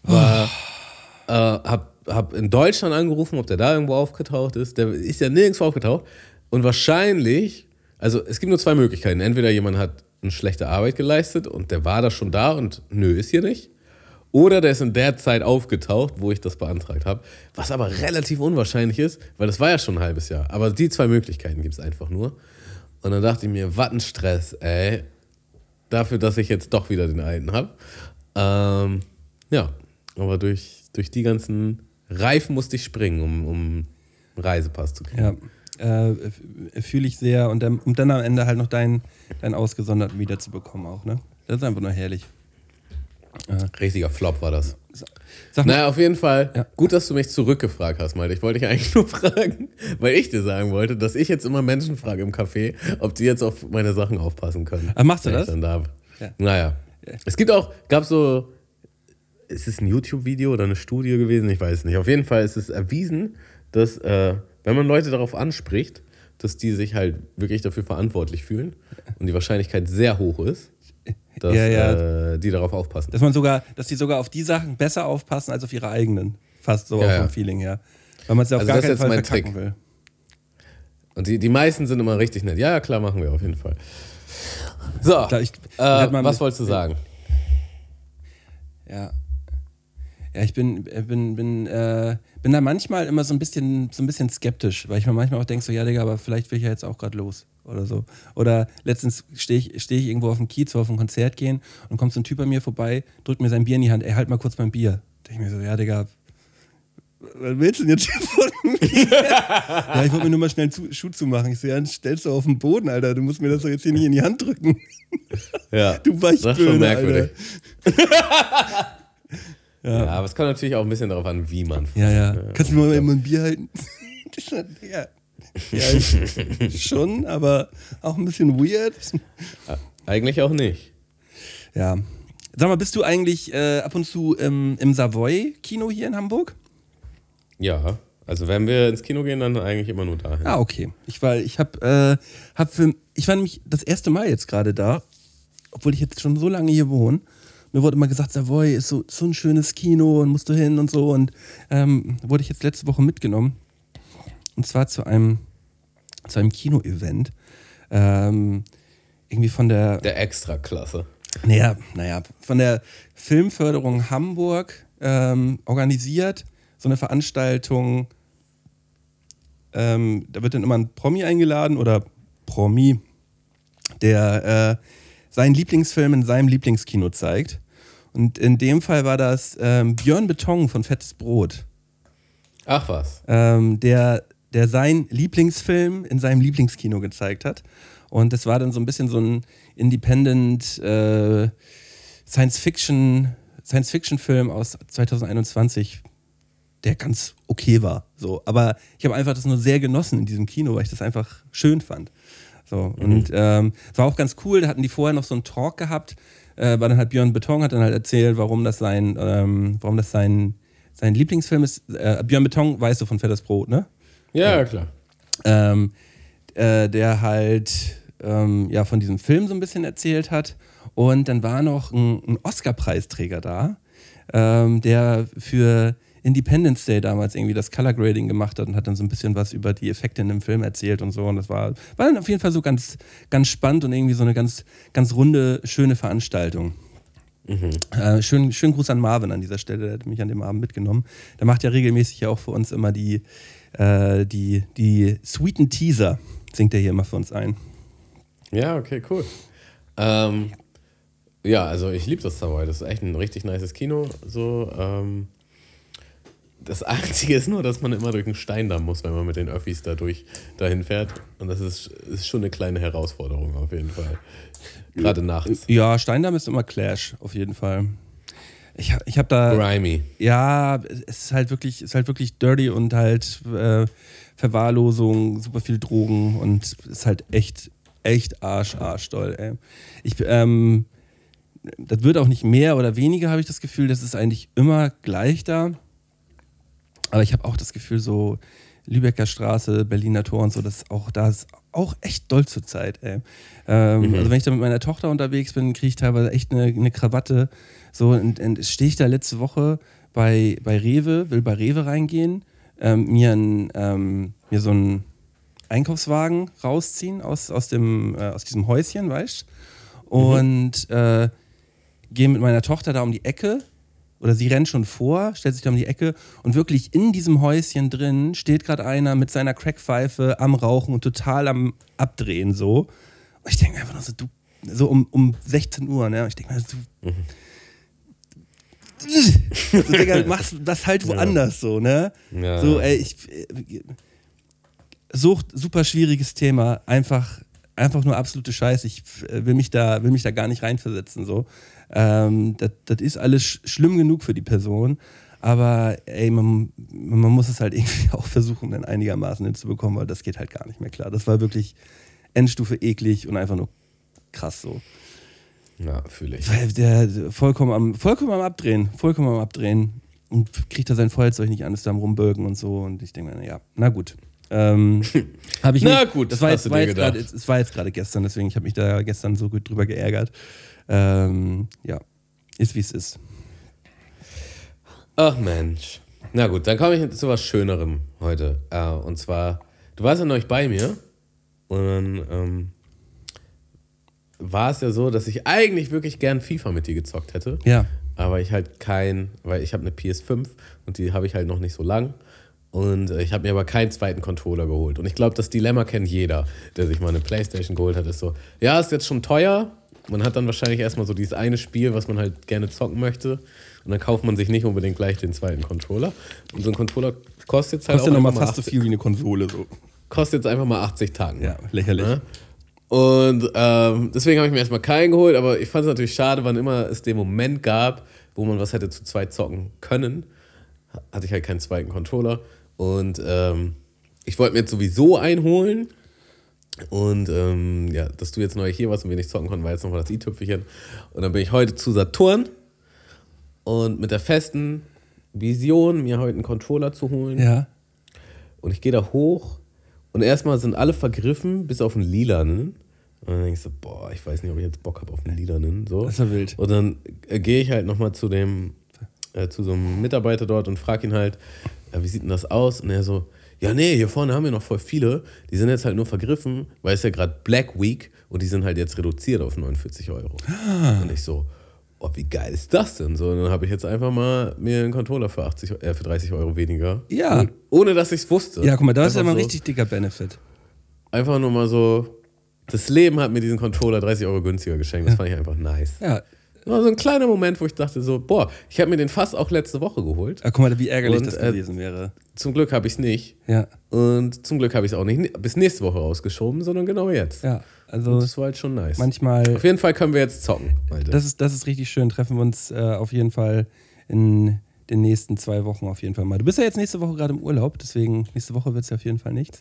hab in Deutschland angerufen, ob der da irgendwo aufgetaucht ist. Der ist ja nirgendwo aufgetaucht. Und wahrscheinlich, also es gibt nur zwei Möglichkeiten. Entweder jemand hat eine schlechte Arbeit geleistet und der war da schon da und nö, ist hier nicht. Oder der ist in der Zeit aufgetaucht, wo ich das beantragt habe. Was aber relativ unwahrscheinlich ist, weil das war ja schon ein halbes Jahr. Aber die zwei Möglichkeiten gibt es einfach nur. Und dann dachte ich mir, was ein Stress, ey. Dafür, dass ich jetzt doch wieder den alten habe. Ja, aber durch die ganzen Reifen musste ich springen, um einen Reisepass zu kriegen. Ja. Fühle ich sehr. Und um dann am Ende halt noch deinen Ausgesonderten wiederzubekommen auch, ne? Das ist einfach nur herrlich. Richtiger Flop war das. Sag mal, Naja, auf jeden Fall. Ja. Gut, dass du mich zurückgefragt hast, Malte. Ich wollte dich eigentlich nur fragen, weil ich dir sagen wollte, dass ich jetzt immer Menschen frage im Café, ob die jetzt auf meine Sachen aufpassen können. machst du wenn das? ich dann da bin. Ja. Naja. Ja. Es gab so, ist es ein YouTube-Video oder eine Studie gewesen? Ich weiß nicht. Auf jeden Fall ist es erwiesen, dass, wenn man Leute darauf anspricht, dass die sich halt wirklich dafür verantwortlich fühlen und die Wahrscheinlichkeit sehr hoch ist, dass die darauf aufpassen. Dass die sogar auf die Sachen besser aufpassen als auf ihre eigenen. Fast so vom Feeling her. Weil man es ja auf Also gar das ist keinen jetzt Fall mein verkacken Trick. will. Und die meisten sind immer richtig nett. Ja, klar, machen wir auf jeden Fall. So, was wolltest du sagen? Ja. Ja, ich bin da manchmal immer so ein bisschen skeptisch, weil ich mir manchmal auch denke, so, ja, Digga, aber vielleicht will ich ja jetzt auch gerade los oder so. Oder letztens stehe ich irgendwo auf dem Kiez, auf ein Konzert gehen und kommt so ein Typ bei mir vorbei, drückt mir sein Bier in die Hand, ey, halt mal kurz mein Bier. Da denke ich mir so, ja, Digga, was willst du denn jetzt hier von mir? Ja, ich wollte mir nur mal schnell einen Schuh zumachen. Ich so, ja, dann stellst du auf den Boden, Alter, du musst mir das doch jetzt hier nicht in die Hand drücken. Ja, Du das ist schon Weichböhne, merkwürdig. Alter. Ja, aber es kommt natürlich auch ein bisschen darauf an, wie man Ja. Kannst du mir mal ein Bier halten? Ja, schon, aber auch ein bisschen weird. Eigentlich auch nicht. Ja. Sag mal, bist du eigentlich ab und zu im Savoy-Kino hier in Hamburg? Ja, also wenn wir ins Kino gehen, dann eigentlich immer nur dahin. Ah, okay. Ich war nämlich das erste Mal jetzt gerade da, obwohl ich jetzt schon so lange hier wohne. Mir wurde immer gesagt, Savoy ist so ein schönes Kino und musst du hin und so. Und wurde ich jetzt letzte Woche mitgenommen. Und zwar zu einem Kino-Event. Irgendwie von der Extraklasse. Naja, von der Filmförderung Hamburg organisiert. So eine Veranstaltung. Da wird dann immer ein Promi eingeladen oder Promi, der seinen Lieblingsfilm in seinem Lieblingskino zeigt. Und in dem Fall war das Björn Beton von Fettes Brot. Ach was. Der seinen Lieblingsfilm in seinem Lieblingskino gezeigt hat. Und das war dann so ein bisschen so ein Independent Science-Fiction-Film aus 2021, der ganz okay war. So. Aber ich habe einfach das nur sehr genossen in diesem Kino, weil ich das einfach schön fand. So. Und es war auch ganz cool, da hatten die vorher noch so einen Talk gehabt, war dann halt Björn Beton, hat dann halt erzählt, warum das sein Lieblingsfilm ist. Björn Beton, weißt du, von Fettes Brot, ne? Ja, klar. Der halt von diesem Film so ein bisschen erzählt hat. Und dann war noch ein Oscar-Preisträger da, der für Independence Day damals irgendwie das Color Grading gemacht hat und hat dann so ein bisschen was über die Effekte in dem Film erzählt und so. Und das war dann auf jeden Fall so ganz, ganz spannend und irgendwie so eine ganz, ganz runde, schöne Veranstaltung. Schönen Gruß an Marvin an dieser Stelle, der hat mich an dem Abend mitgenommen. Der macht ja regelmäßig ja auch für uns immer die sweeten Teaser, singt er hier immer für uns ein. Ja, okay, cool. Ja, also ich liebe das Savoy, das ist echt ein richtig nices Kino. So, das Einzige ist nur, dass man immer durch einen Steindamm muss, wenn man mit den Öffis dahin fährt. Und das ist schon eine kleine Herausforderung auf jeden Fall. Gerade nachts. Ja, Steindamm ist immer Clash, auf jeden Fall. Ich habe da... Grimy. Ja, es ist halt wirklich dirty und halt Verwahrlosung, super viel Drogen und es ist halt echt arschdoll, ey. Das wird auch nicht mehr oder weniger, habe ich das Gefühl, das ist eigentlich immer gleich da. Aber ich habe auch das Gefühl, so Lübecker Straße, Berliner Tor und so, da ist auch echt doll zur Zeit, ey. Also wenn ich da mit meiner Tochter unterwegs bin, kriege ich teilweise echt eine Krawatte. So, und stehe ich da letzte Woche bei Rewe, will bei Rewe reingehen, mir so einen Einkaufswagen rausziehen aus diesem Häuschen, weißt du? Und gehe mit meiner Tochter da um die Ecke. Oder sie rennt schon vor, stellt sich da um die Ecke und wirklich in diesem Häuschen drin steht gerade einer mit seiner Crackpfeife am Rauchen und total am Abdrehen so. Und ich denke einfach nur so, um 16 Uhr, ne? Und ich denke mir Digga, machst das halt woanders so, ne? Ja. So, ey, Sucht, super schwieriges Thema. Einfach nur absolute Scheiße. Ich will mich da gar nicht reinversetzen. So. Das ist alles schlimm genug für die Person. Aber ey, man muss es halt irgendwie auch versuchen, dann einigermaßen hinzubekommen, weil das geht halt gar nicht mehr klar. Das war wirklich Endstufe eklig und einfach nur krass so. Ja, fühle ich. Weil der vollkommen am Abdrehen und kriegt da sein Feuerzeug nicht an, ist da am Rumbölken und so. Und ich denke mir, ja, na gut. Hab ich Na nicht, gut, das war hast du dir gedacht. Es war jetzt gerade gestern, deswegen ich habe mich da gestern so gut drüber geärgert. Ja, ist wie es ist. Ach Mensch. Na gut, dann komme ich zu was Schönerem heute. Und zwar, du warst ja neulich bei mir und dann war es ja so, dass ich eigentlich wirklich gern FIFA mit dir gezockt hätte. Ja. Aber ich halt weil ich habe eine PS5 und die habe ich halt noch nicht so lang. Und ich habe mir aber keinen zweiten Controller geholt. Und ich glaube, das Dilemma kennt jeder, der sich mal eine Playstation geholt hat, ist so, ja, ist jetzt schon teuer. Man hat dann wahrscheinlich erstmal so dieses eine Spiel, was man halt gerne zocken möchte. Und dann kauft man sich nicht unbedingt gleich den zweiten Controller. Und so ein Controller kostet jetzt halt Kostet auch nochmal einfach mal fast so viel wie eine Konsole. So. kostet jetzt einfach mal 80 Tacken. Ja, lächerlich. Ja? Und deswegen habe ich mir erstmal keinen geholt, aber ich fand es natürlich schade, wann immer es den Moment gab, wo man was hätte zu zweit zocken können, hatte ich halt keinen zweiten Controller. Und ich wollte mir jetzt sowieso einholen. Und ja, dass du jetzt neu hier warst und wir nicht zocken konnten, war jetzt nochmal das i-Tüpfelchen. Und dann bin ich heute zu Saturn und mit der festen Vision, mir heute einen Controller zu holen. Ja. Und ich gehe da hoch und erstmal sind alle vergriffen, bis auf einen lilanen. Und dann denke ich so, boah, ich weiß nicht, ob ich jetzt Bock habe auf einen lilanen. So. Das ist ja wild. Und dann gehe ich halt nochmal zu so einem Mitarbeiter dort und frage ihn halt, wie sieht denn das aus? Und er so, ja nee, hier vorne haben wir noch voll viele, die sind jetzt halt nur vergriffen, weil es ja gerade Black Week und die sind halt jetzt reduziert auf 49 €. Und ich so, oh, wie geil ist das denn? So, und dann habe ich jetzt einfach mal mir einen Controller für 30 € weniger. Ja. Und ohne dass ich es wusste. Ja, guck mal, das ist ja mal ein so, richtig dicker Benefit. Einfach nur mal so, das Leben hat mir diesen Controller 30 € günstiger geschenkt. Das fand ich einfach nice. Ja. Das war so ein kleiner Moment, wo ich dachte so, boah, ich habe mir den fast auch letzte Woche geholt. Guck mal, wie ärgerlich Und, das gewesen wäre. Zum Glück habe ich es nicht. Ja. Und zum Glück habe ich es auch nicht bis nächste Woche rausgeschoben, sondern genau jetzt. Ja, also Und das war halt schon nice. manchmal, Auf jeden Fall können wir jetzt zocken, Alter. das ist richtig schön. Treffen wir uns auf jeden Fall in den nächsten 2 Wochen auf jeden Fall mal. Du bist ja jetzt nächste Woche gerade im Urlaub, deswegen nächste Woche wird es ja auf jeden Fall nichts.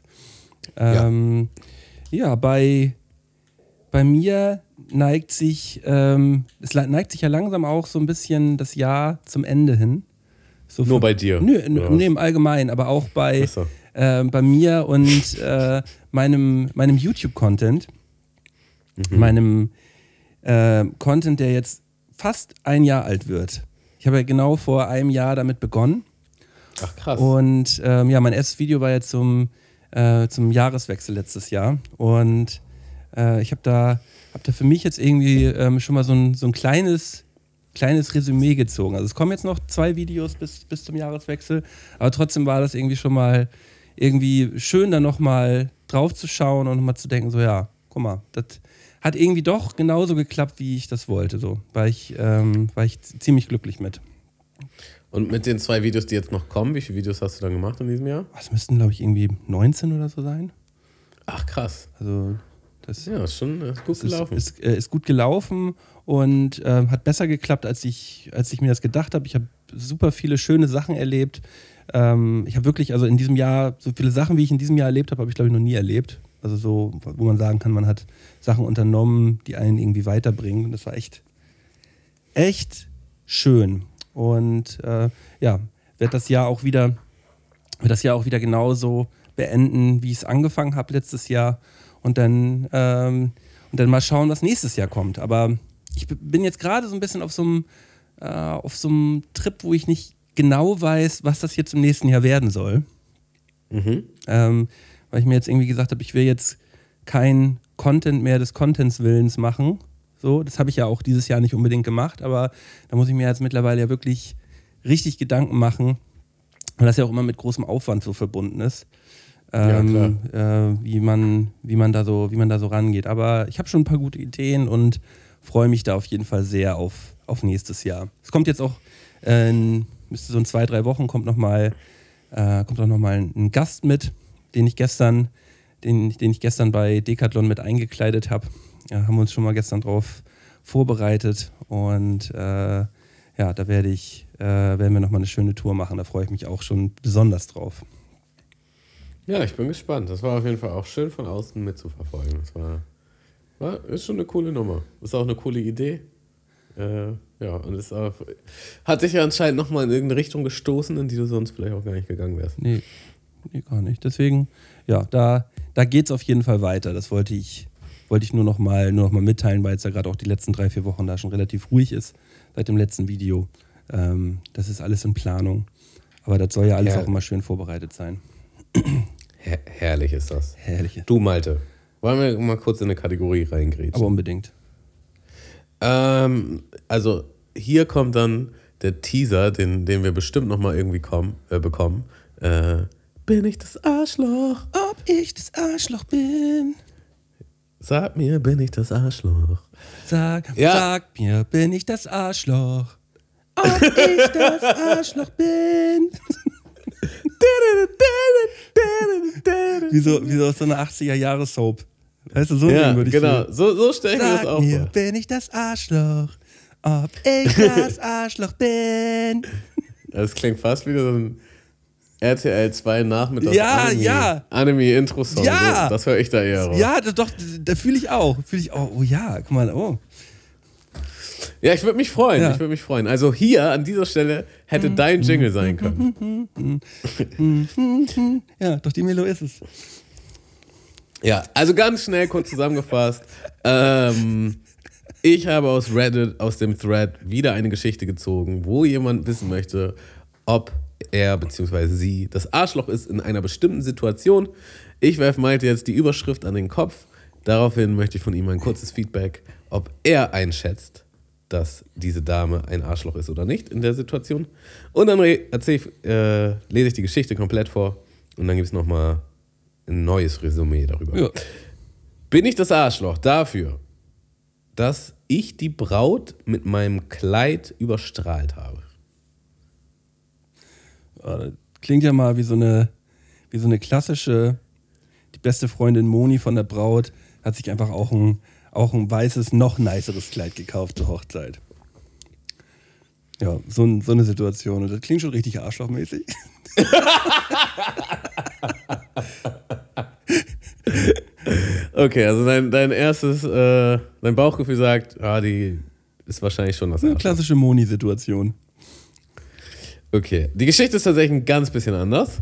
Ja, bei mir neigt sich ja langsam auch so ein bisschen das Jahr zum Ende hin. So Nur bei dir? Nö, im Allgemeinen, aber auch bei mir und meinem YouTube-Content. Meinem Content, der jetzt fast 1 Jahr alt wird. Ich habe ja genau vor einem Jahr damit begonnen. Ach krass. Und ja, mein erstes Video war jetzt zum Jahreswechsel letztes Jahr. Und ich habe da für mich jetzt irgendwie schon mal so ein kleines Resümee gezogen. Also es kommen jetzt noch 2 Videos bis zum Jahreswechsel, aber trotzdem war das irgendwie schon mal irgendwie schön, da nochmal drauf zu schauen und nochmal zu denken, so ja, guck mal, das hat irgendwie doch genauso geklappt, wie ich das wollte. So war ich ziemlich glücklich mit. Und mit den 2 Videos, die jetzt noch kommen, wie viele Videos hast du dann gemacht in diesem Jahr? Das müssten, glaube ich, irgendwie 19 oder so sein. Ach krass. Also das Ja, ist gut gelaufen. ist gut gelaufen und hat besser geklappt, als ich mir das gedacht habe. Ich habe super viele schöne Sachen erlebt. Ich habe wirklich, also in diesem Jahr, so viele Sachen, wie ich in diesem Jahr erlebt habe ich glaube ich noch nie erlebt. Also so, wo man sagen kann, man hat Sachen unternommen, die einen irgendwie weiterbringen. Und das war echt schön. Und ja, werde das Jahr auch wieder genauso beenden, wie ich es angefangen habe letztes Jahr. Und dann mal schauen, was nächstes Jahr kommt. Aber ich bin jetzt gerade so ein bisschen auf so einem Trip, wo ich nicht genau weiß, was das jetzt im nächsten Jahr werden soll. Weil ich mir jetzt irgendwie gesagt habe, ich will jetzt kein Content mehr des Contents Willens machen. So, das habe ich ja auch dieses Jahr nicht unbedingt gemacht, aber da muss ich mir jetzt mittlerweile ja wirklich richtig Gedanken machen, weil das ja auch immer mit großem Aufwand so verbunden ist. Wie man da so rangeht. Aber ich habe schon ein paar gute Ideen und freue mich da auf jeden Fall sehr auf nächstes Jahr. Es kommt jetzt auch, müsste so in 2-3 Wochen kommt auch noch mal ein Gast mit, den ich gestern bei Decathlon mit eingekleidet habe. Ja, haben wir uns schon mal gestern drauf vorbereitet und da werden wir nochmal eine schöne Tour machen. Da freue ich mich auch schon besonders drauf. Ja, ich bin gespannt. Das war auf jeden Fall auch schön von außen mitzuverfolgen. Das ist schon eine coole Nummer. Ist auch eine coole Idee. Und hat dich ja anscheinend nochmal in irgendeine Richtung gestoßen, in die du sonst vielleicht auch gar nicht gegangen wärst. Nee, gar nicht. Deswegen, ja, da geht es auf jeden Fall weiter. Das wollte ich nur noch mal mitteilen, weil es ja gerade auch die letzten 3-4 Wochen da schon relativ ruhig ist, seit dem letzten Video. Das ist alles in Planung. Aber das soll ja alles auch immer schön vorbereitet sein. Herrlich ist das. Herrlich. Du, Malte, wollen wir mal kurz in eine Kategorie reingrätschen? Aber unbedingt. Also hier kommt dann der Teaser, den wir bestimmt nochmal irgendwie bekommen. Bin ich das Arschloch? Ob ich das Arschloch bin? Sag mir, bin ich das Arschloch? Sag mir, bin ich das Arschloch? Ob ich das Arschloch bin? wie so aus so einer 80er-Jahres-Soap. Weißt du, so ja, würde ich genau. So stelle ich mir das auch vor. Sag mir, bin ich das Arschloch? Ob ich das Arschloch bin? Das klingt fast wie so ein RTL 2 Nachmittags Anime-Intro-Song. Ja. So, das höre ich da eher raus. Ja, da fühle ich auch. Oh ja, guck mal, oh. Ja, ich würde mich freuen. Also hier an dieser Stelle hätte dein Jingle sein können. Ja, doch die Melo ist es. Ja, also ganz schnell kurz zusammengefasst. Ich habe aus Reddit, aus dem Thread, wieder eine Geschichte gezogen, wo jemand wissen möchte, ob er bzw. sie das Arschloch ist in einer bestimmten Situation. Ich werfe Malte jetzt die Überschrift an den Kopf. Daraufhin möchte ich von ihm ein kurzes Feedback, ob er einschätzt, dass diese Dame ein Arschloch ist oder nicht in der Situation. Und dann lese ich die Geschichte komplett vor und dann gibt es nochmal ein neues Resümee darüber. Ja. Bin ich das Arschloch dafür, dass ich die Braut mit meinem Kleid überstrahlt habe? Das klingt ja mal wie so eine klassische, die beste Freundin Moni von der Braut hat sich einfach auch ein weißes, noch niceres Kleid gekauft zur Hochzeit. Ja, so eine Situation. Und das klingt schon richtig arschlochmäßig. Okay, also dein Bauchgefühl sagt, die ist wahrscheinlich schon das Eine Arschloch. klassische Moni-Situation. Okay, die Geschichte ist tatsächlich ein ganz bisschen anders.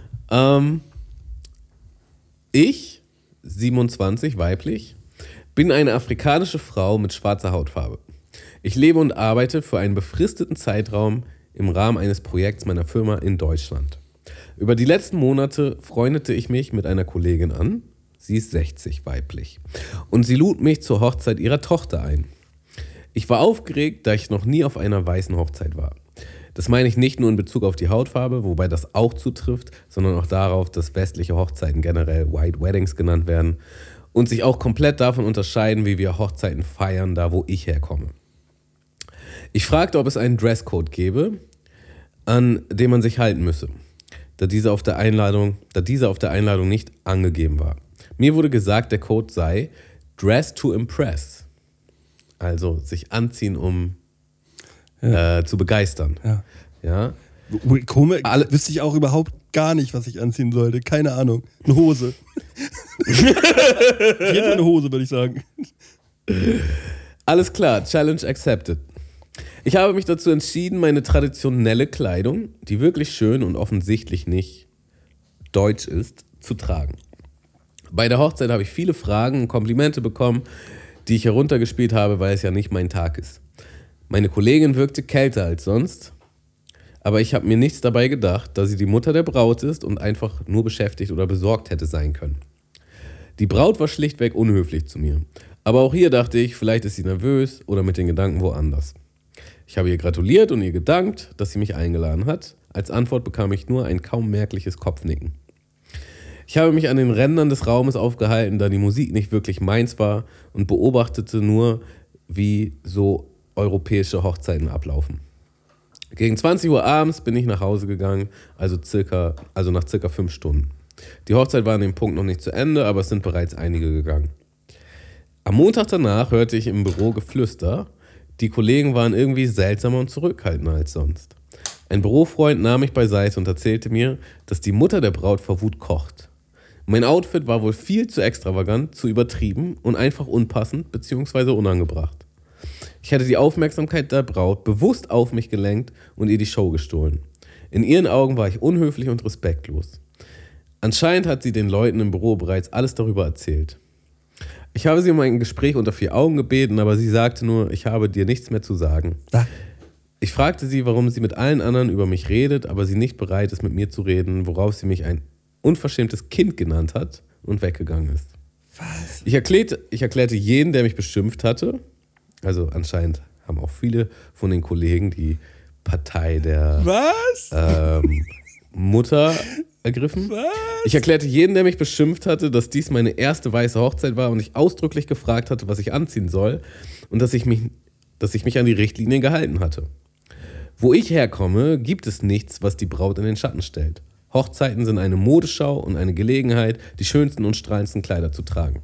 Ich, 27, weiblich, bin eine afrikanische Frau mit schwarzer Hautfarbe. Ich lebe und arbeite für einen befristeten Zeitraum im Rahmen eines Projekts meiner Firma in Deutschland. Über die letzten Monate freundete ich mich mit einer Kollegin an. Sie ist 60, weiblich. Und sie lud mich zur Hochzeit ihrer Tochter ein. Ich war aufgeregt, da ich noch nie auf einer weißen Hochzeit war. Das meine ich nicht nur in Bezug auf die Hautfarbe, wobei das auch zutrifft, sondern auch darauf, dass westliche Hochzeiten generell White Weddings genannt werden und sich auch komplett davon unterscheiden, wie wir Hochzeiten feiern, da wo ich herkomme. Ich fragte, ob es einen Dresscode gäbe, an den man sich halten müsse, da dieser auf der Einladung nicht angegeben war. Mir wurde gesagt, der Code sei Dress to Impress, also sich anziehen, um zu begeistern. Ja. Komisch, wüsste ich auch überhaupt gar nicht, was ich anziehen sollte. Keine Ahnung. Eine Hose. Jetzt eine Hose, würde ich sagen. Alles klar, Challenge accepted. Ich habe mich dazu entschieden, meine traditionelle Kleidung, die wirklich schön und offensichtlich nicht deutsch ist, zu tragen. Bei der Hochzeit habe ich viele Fragen und Komplimente bekommen, die ich heruntergespielt habe, weil es ja nicht mein Tag ist. Meine Kollegin wirkte kälter als sonst, aber ich habe mir nichts dabei gedacht, da sie die Mutter der Braut ist und einfach nur beschäftigt oder besorgt hätte sein können. Die Braut war schlichtweg unhöflich zu mir, aber auch hier dachte ich, vielleicht ist sie nervös oder mit den Gedanken woanders. Ich habe ihr gratuliert und ihr gedankt, dass sie mich eingeladen hat. Als Antwort bekam ich nur ein kaum merkliches Kopfnicken. Ich habe mich an den Rändern des Raumes aufgehalten, da die Musik nicht wirklich meins war und beobachtete nur, wie so europäische Hochzeiten ablaufen. Gegen 20 Uhr abends bin ich nach Hause gegangen, also nach circa 5 Stunden. Die Hochzeit war an dem Punkt noch nicht zu Ende, aber es sind bereits einige gegangen. Am Montag danach hörte ich im Büro Geflüster. Die Kollegen waren irgendwie seltsamer und zurückhaltender als sonst. Ein Bürofreund nahm mich beiseite und erzählte mir, dass die Mutter der Braut vor Wut kocht. Mein Outfit war wohl viel zu extravagant, zu übertrieben und einfach unpassend bzw. unangebracht. Ich hatte die Aufmerksamkeit der Braut bewusst auf mich gelenkt und ihr die Show gestohlen. In ihren Augen war ich unhöflich und respektlos. Anscheinend hat sie den Leuten im Büro bereits alles darüber erzählt. Ich habe sie um ein Gespräch unter 4 Augen gebeten, aber sie sagte nur, ich habe dir nichts mehr zu sagen. Ich fragte sie, warum sie mit allen anderen über mich redet, aber sie nicht bereit ist, mit mir zu reden, worauf sie mich ein unverschämtes Kind genannt hat und weggegangen ist. Was? Ich erklärte jeden, der mich beschimpft hatte, also anscheinend haben auch viele von den Kollegen die Partei der Mutter ergriffen. Was? Ich erklärte jeden, der mich beschimpft hatte, dass dies meine erste weiße Hochzeit war und ich ausdrücklich gefragt hatte, was ich anziehen soll und dass ich mich an die Richtlinien gehalten hatte. Wo ich herkomme, gibt es nichts, was die Braut in den Schatten stellt. Hochzeiten sind eine Modeschau und eine Gelegenheit, die schönsten und strahlendsten Kleider zu tragen.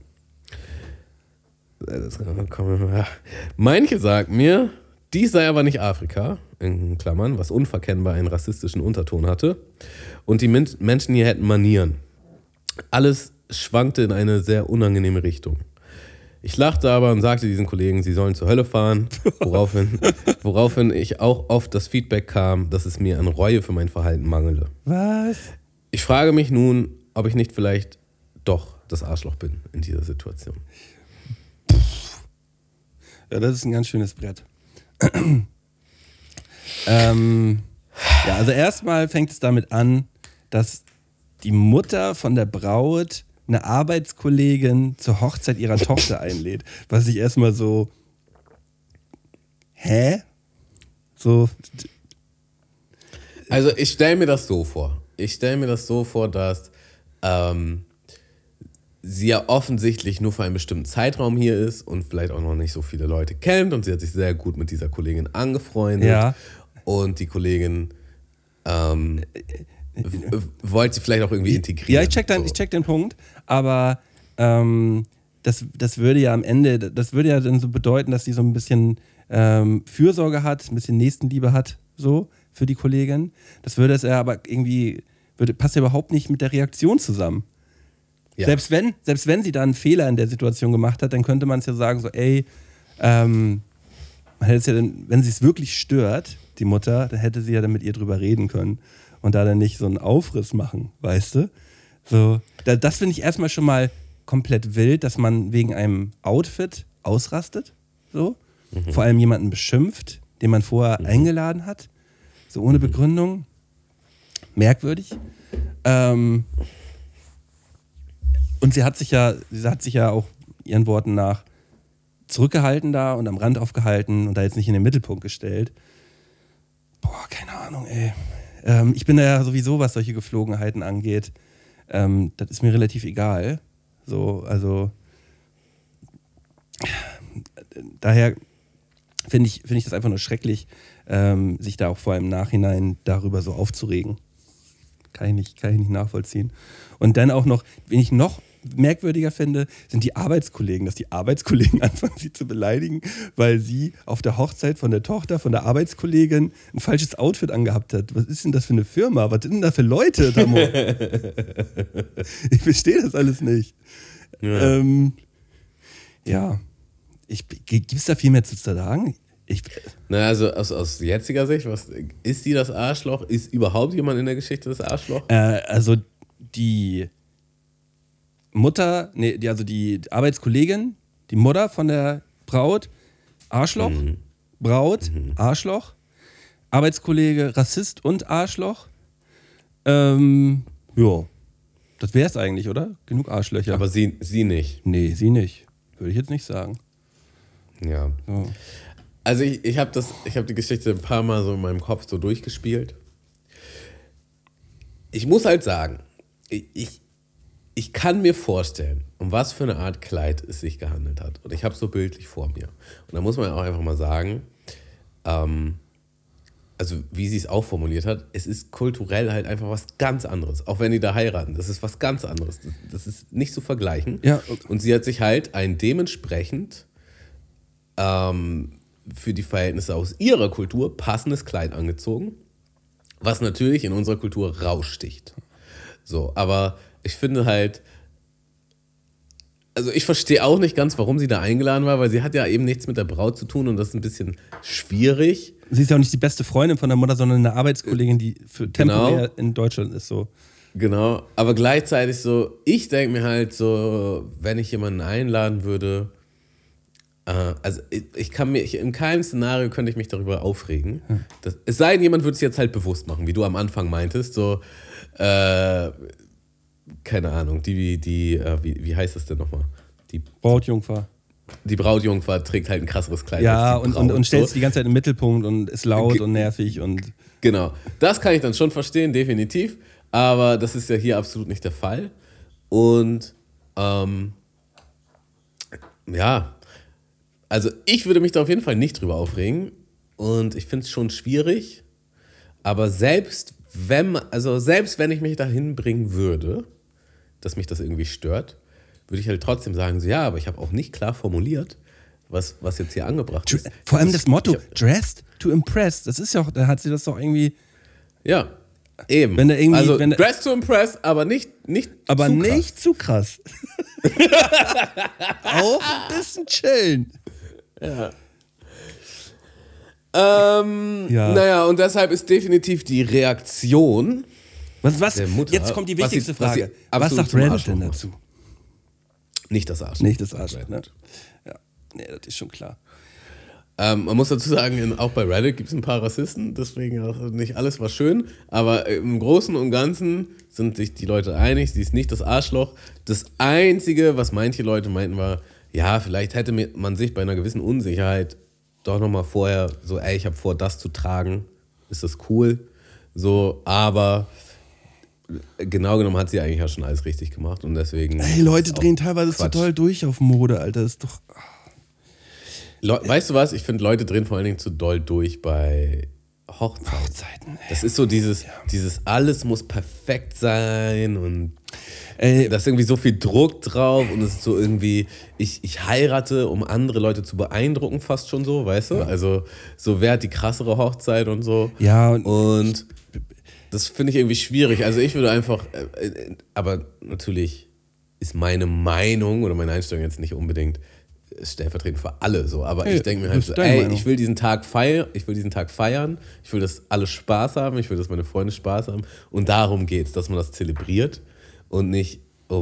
Manche sagen mir, dies sei aber nicht Afrika, in Klammern, was unverkennbar einen rassistischen Unterton hatte, und die Menschen hier hätten Manieren. Alles schwankte in eine sehr unangenehme Richtung. Ich lachte aber und sagte diesen Kollegen, sie sollen zur Hölle fahren, woraufhin ich auch oft das Feedback kam, dass es mir an Reue für mein Verhalten mangele. Was? Ich frage mich nun, ob ich nicht vielleicht doch das Arschloch bin in dieser Situation. Ja, das ist ein ganz schönes Brett. Ja, also erstmal fängt es damit an, dass die Mutter von der Braut eine Arbeitskollegin zur Hochzeit ihrer Tochter einlädt. Was ich erstmal so, so. Also ich stelle mir das so vor. Dass sie ja offensichtlich nur für einen bestimmten Zeitraum hier ist und vielleicht auch noch nicht so viele Leute kennt und sie hat sich sehr gut mit dieser Kollegin angefreundet. Ja. Und die Kollegin wollte sie vielleicht auch irgendwie integrieren. Ja, ich check den Punkt, aber das würde ja am Ende, das würde ja dann so bedeuten, dass sie so ein bisschen Fürsorge hat, ein bisschen Nächstenliebe hat, so für die Kollegin. Das würde es ja aber irgendwie, passt ja überhaupt nicht mit der Reaktion zusammen. Ja. Selbst wenn sie da einen Fehler in der Situation gemacht hat, dann könnte man es ja sagen, so, ey, man hätte es ja dann, wenn sie es wirklich stört, die Mutter, dann hätte sie ja dann mit ihr drüber reden können und da dann nicht so einen Aufriss machen, weißt du? So, das finde ich erstmal schon mal komplett wild, dass man wegen einem Outfit ausrastet, so. Vor allem jemanden beschimpft, den man vorher eingeladen hat, so ohne Begründung. Merkwürdig. Und sie hat sich ja auch ihren Worten nach zurückgehalten da und am Rand aufgehalten und da jetzt nicht in den Mittelpunkt gestellt. Boah, keine Ahnung, ey. Ich bin da ja sowieso, was solche Geflogenheiten angeht, das ist mir relativ egal. So, also daher finde ich das einfach nur schrecklich, sich da auch vor allem im Nachhinein darüber so aufzuregen. Kann ich nicht nachvollziehen. Und dann auch noch, wen ich noch merkwürdiger finde, sind die Arbeitskollegen, dass die Arbeitskollegen anfangen, sie zu beleidigen, weil sie auf der Hochzeit von der Tochter, von der Arbeitskollegin ein falsches Outfit angehabt hat. Was ist denn das für eine Firma? Was sind denn da für Leute, Tamo? Ich verstehe das alles nicht. Ja. Gibt es da viel mehr zu sagen? Na, also aus jetziger Sicht, ist sie das Arschloch? Ist überhaupt jemand in der Geschichte das Arschloch? Also die Mutter, die Arbeitskollegin, die Mutter von der Braut, Arschloch, Braut, Arschloch, Arbeitskollege, Rassist und Arschloch. Ja, das wäre es eigentlich, oder? Genug Arschlöcher. Aber sie nicht. Nee, sie nicht. Würde ich jetzt nicht sagen. Ja. So. Also ich habe die Geschichte ein paar Mal so in meinem Kopf so durchgespielt. Ich muss halt sagen, ich kann mir vorstellen, um was für eine Art Kleid es sich gehandelt hat. Und ich habe es so bildlich vor mir. Und da muss man auch einfach mal sagen, also wie sie es auch formuliert hat, es ist kulturell halt einfach was ganz anderes. Auch wenn die da heiraten, das ist was ganz anderes. Das ist nicht zu vergleichen. Ja. Und sie hat sich halt ein dementsprechend für die Verhältnisse aus ihrer Kultur passendes Kleid angezogen, was natürlich in unserer Kultur raussticht. So, aber ich finde halt, also ich verstehe auch nicht ganz, warum sie da eingeladen war, weil sie hat ja eben nichts mit der Braut zu tun und das ist ein bisschen schwierig. Sie ist ja auch nicht die beste Freundin von der Mutter, sondern eine Arbeitskollegin, die für temporär in Deutschland ist. So. Genau, aber gleichzeitig so, ich denke mir halt so, wenn ich jemanden einladen würde, also in keinem Szenario könnte ich mich darüber aufregen. Es sei denn, jemand würde es jetzt halt bewusst machen, wie du am Anfang meintest, so, keine Ahnung, wie heißt das denn nochmal? Die Brautjungfer. Die Brautjungfer trägt halt ein krasseres Kleid. Ja, als die Braut, und stellt sich die ganze Zeit im Mittelpunkt und ist laut und nervig. Und genau, das kann ich dann schon verstehen, definitiv. Aber das ist ja hier absolut nicht der Fall. Und ja, also ich würde mich da auf jeden Fall nicht drüber aufregen. Und ich finde es schon schwierig. Aber selbst wenn ich mich dahin bringen würde, dass mich das irgendwie stört, würde ich halt trotzdem sagen, so, ja, aber ich habe auch nicht klar formuliert, was jetzt hier angebracht ist. Vor allem das Motto, dressed to impress, das ist ja auch, da hat sie das doch irgendwie... Ja, eben. Dressed to impress, aber nicht aber zu krass. nicht zu krass. Auch ein bisschen chillen. Ja. Naja, und deshalb ist definitiv die Reaktion der Mutter... Jetzt kommt die wichtigste Frage. Was sagt Reddit denn dazu? Nicht das Arschloch. Nicht das Arschloch, ne? Ja, nee, das ist schon klar. Man muss dazu sagen, auch bei Reddit gibt es ein paar Rassisten, deswegen auch nicht alles war schön, aber im Großen und Ganzen sind sich die Leute einig, sie ist nicht das Arschloch. Das Einzige, was manche Leute meinten, war, ja, vielleicht hätte man sich bei einer gewissen Unsicherheit doch nochmal vorher so, ey, ich habe vor, das zu tragen, ist das cool? So, aber genau genommen hat sie eigentlich ja schon alles richtig gemacht und deswegen... Ey, Leute drehen teilweise so toll durch auf Mode, Alter, das ist doch... Weißt du was? Ich finde, Leute drehen vor allen Dingen zu doll durch bei Hochzeiten. Das ist so dieses alles muss perfekt sein und da ist irgendwie so viel Druck drauf und es ist so irgendwie, ich heirate, um andere Leute zu beeindrucken, fast schon so, weißt du? Also so, wer hat die krassere Hochzeit und so. Ja. Und das finde ich irgendwie schwierig. Also ich würde einfach, aber natürlich ist meine Meinung oder meine Einstellung jetzt nicht unbedingt stellvertretend für alle so, aber ich denke mir halt so, ich will diesen Tag feiern, ich will, dass alle Spaß haben, ich will, dass meine Freunde Spaß haben und darum geht's, dass man das zelebriert und nicht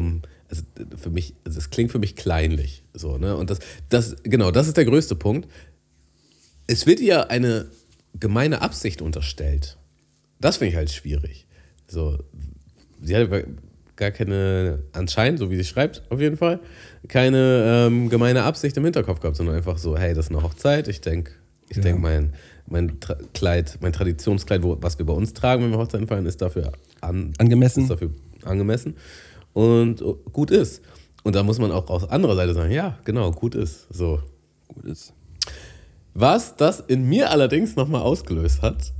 das klingt für mich kleinlich, so, ne, und das ist der größte Punkt. Es wird ihr eine gemeine Absicht unterstellt. Das finde ich halt schwierig. So, sie hat gar keine, anscheinend, so wie sie schreibt, auf jeden Fall, keine gemeine Absicht im Hinterkopf gehabt, sondern einfach so, hey, das ist eine Hochzeit, ich denke, mein Kleid, mein Traditionskleid, was wir bei uns tragen, wenn wir Hochzeiten feiern, ist dafür angemessen. Und gut ist. Und da muss man auch aus anderer Seite sagen, ja, genau, gut ist. So. Gut ist. Was das in mir allerdings nochmal ausgelöst hat,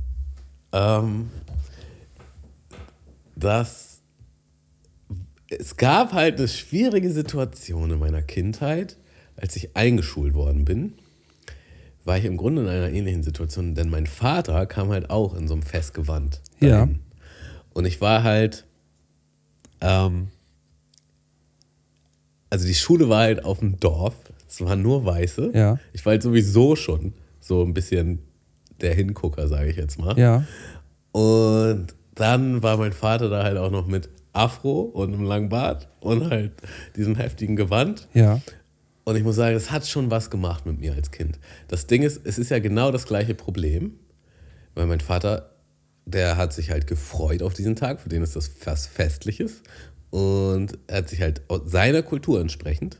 es gab halt eine schwierige Situation in meiner Kindheit, als ich eingeschult worden bin, war ich im Grunde in einer ähnlichen Situation, denn mein Vater kam halt auch in so einem Festgewand dahin. Ja. Und ich war halt, also die Schule war halt auf dem Dorf, es waren nur Weiße. Ja. Ich war halt sowieso schon so ein bisschen der Hingucker, sage ich jetzt mal. Ja. Und dann war mein Vater da halt auch noch mit Afro und einem langen Bart und halt diesem heftigen Gewand. Ja. Und ich muss sagen, das hat schon was gemacht mit mir als Kind. Das Ding ist, es ist ja genau das gleiche Problem, weil mein Vater, der hat sich halt gefreut auf diesen Tag, für den ist das fast Festliches. Und er hat sich halt seiner Kultur entsprechend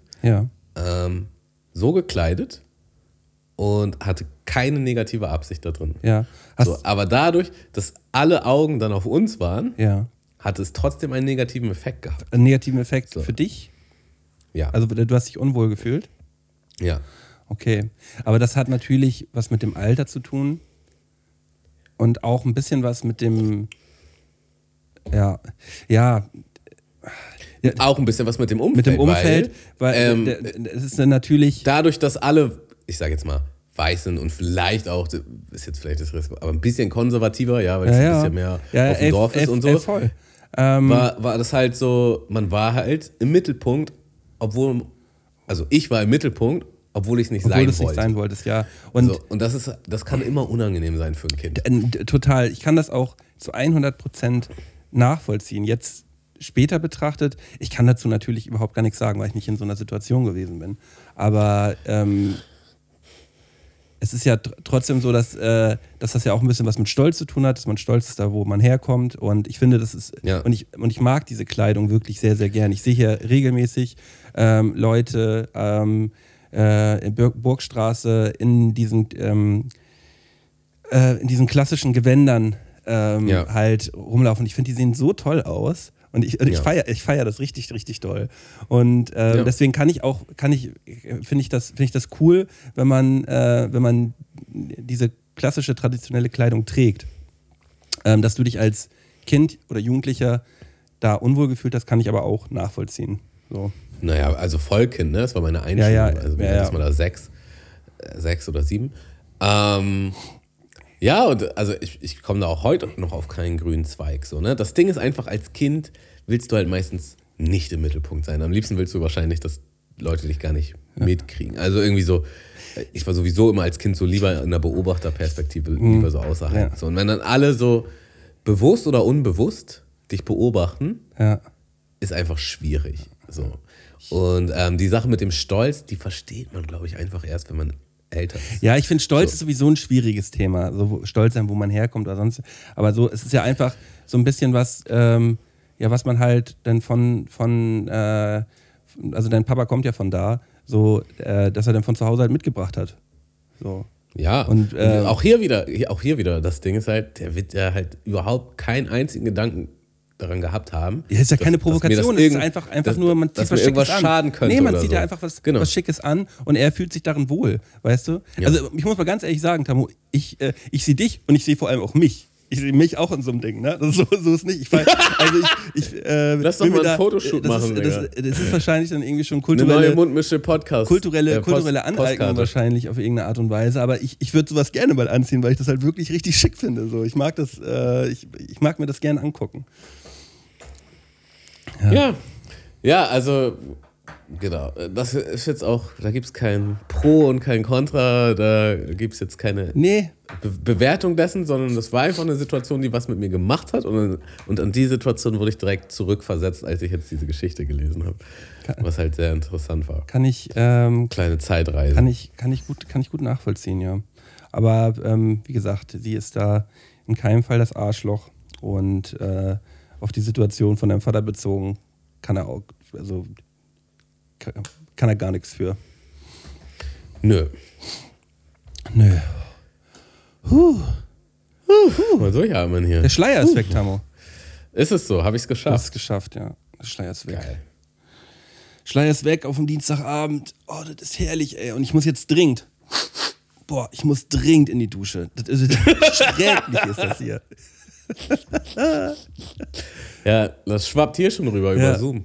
so gekleidet und hatte keine negative Absicht da drin. Ja. Aber dadurch, dass alle Augen dann auf uns waren, hat es trotzdem einen negativen Effekt gehabt. Einen negativen Effekt für dich? Ja. Also du hast dich unwohl gefühlt? Ja. Okay. Aber das hat natürlich was mit dem Alter zu tun. und auch ein bisschen was mit dem, Auch ein bisschen was mit dem Umfeld. Mit dem Umfeld, weil es ist dann natürlich. Dadurch, dass alle, ich sage jetzt mal, weiß sind und vielleicht auch, ist jetzt vielleicht das Risiko, aber ein bisschen konservativer, ja, weil es ein bisschen mehr auf dem Dorf ist und so. Voll. War das halt so, man war halt im Mittelpunkt, also ich war im Mittelpunkt, obwohl ich es nicht sein wollte. Obwohl du es nicht sein wolltest, ja. Und das kann immer unangenehm sein für ein Kind. Total. Ich kann das auch zu 100% nachvollziehen. Jetzt später betrachtet, ich kann dazu natürlich überhaupt gar nichts sagen, weil ich nicht in so einer Situation gewesen bin. Aber es ist ja trotzdem so, dass das ja auch ein bisschen was mit Stolz zu tun hat, dass man stolz ist da, wo man herkommt. Und ich finde, das ist, und ich mag diese Kleidung wirklich sehr, sehr gern. Ich sehe hier regelmäßig Leute in Burgstraße in diesen klassischen Gewändern halt rumlaufen. Ich finde, die sehen so toll aus. Und ich feier das richtig, richtig doll. Und deswegen finde ich das cool, wenn man diese klassische, traditionelle Kleidung trägt. Dass du dich als Kind oder Jugendlicher da unwohl gefühlt hast, kann ich aber auch nachvollziehen. So. Naja, also Vollkind, ne? Das war meine Einstellung. Also wie alt ist man da? 6 oder 7. Ja, und also ich komme da auch heute noch auf keinen grünen Zweig. So, ne? Das Ding ist einfach, als Kind willst du halt meistens nicht im Mittelpunkt sein. Am liebsten willst du wahrscheinlich, dass Leute dich gar nicht mitkriegen. Also irgendwie so, ich war sowieso immer als Kind so lieber in der Beobachterperspektive, lieber so außerhalb. Ja. So, und wenn dann alle so bewusst oder unbewusst dich beobachten, ist einfach schwierig. So. Und die Sache mit dem Stolz, die versteht man, glaube ich, einfach erst, wenn man älter ist. Ja, ich finde, Stolz ist sowieso ein schwieriges Thema. So stolz sein, wo man herkommt oder sonst. Aber so, es ist ja einfach so ein bisschen was, was man halt dann also dein Papa kommt ja von da, so, dass er dann von zu Hause halt mitgebracht hat. So. Ja, und auch hier wieder, das Ding ist halt, der wird ja halt überhaupt keinen einzigen Gedanken daran gehabt haben. Ja, ist ja keine Provokation, es ist einfach nur, man zieht was Schickes an. Schaden könnte. Nee, man zieht ja einfach was Schickes an und er fühlt sich darin wohl, weißt du? Ja. Also ich muss mal ganz ehrlich sagen, Tamo, ich sehe dich und ich sehe vor allem auch mich. Ich sehe mich auch in so einem Ding, ne? So ist nicht. Lass doch mal einen Fotoshoot machen, das ist wahrscheinlich dann irgendwie schon kulturelle... Eine neue Mundmische-Podcast. Kulturelle Aneignung wahrscheinlich auf irgendeine Art und Weise, aber ich würde sowas gerne mal anziehen, weil ich das halt wirklich richtig schick finde. So. Ich mag das, ich mag mir das gerne angucken. Ja, also genau, das ist jetzt auch, da gibt es kein Pro und kein Contra, da gibt es jetzt keine Bewertung dessen, sondern das war einfach eine Situation, die was mit mir gemacht hat und an die Situation wurde ich direkt zurückversetzt, als ich jetzt diese Geschichte gelesen habe, was halt sehr interessant war. Kleine Zeitreise. Kann ich gut nachvollziehen, ja. Aber wie gesagt, sie ist da in keinem Fall das Arschloch und auf die Situation von deinem Vater bezogen kann er gar nichts für. Nö. Mal durchatmen hier. Der Schleier ist weg, Tamo. Ist es so? Habe ich es geschafft? Du hast es geschafft, ja. Der Schleier ist weg. Geil. Schleier ist weg auf dem Dienstagabend. Oh, das ist herrlich, ey. Und ich muss jetzt dringend in die Dusche. Das ist schrecklich, ist das hier. Ja, das schwappt hier schon rüber über Zoom.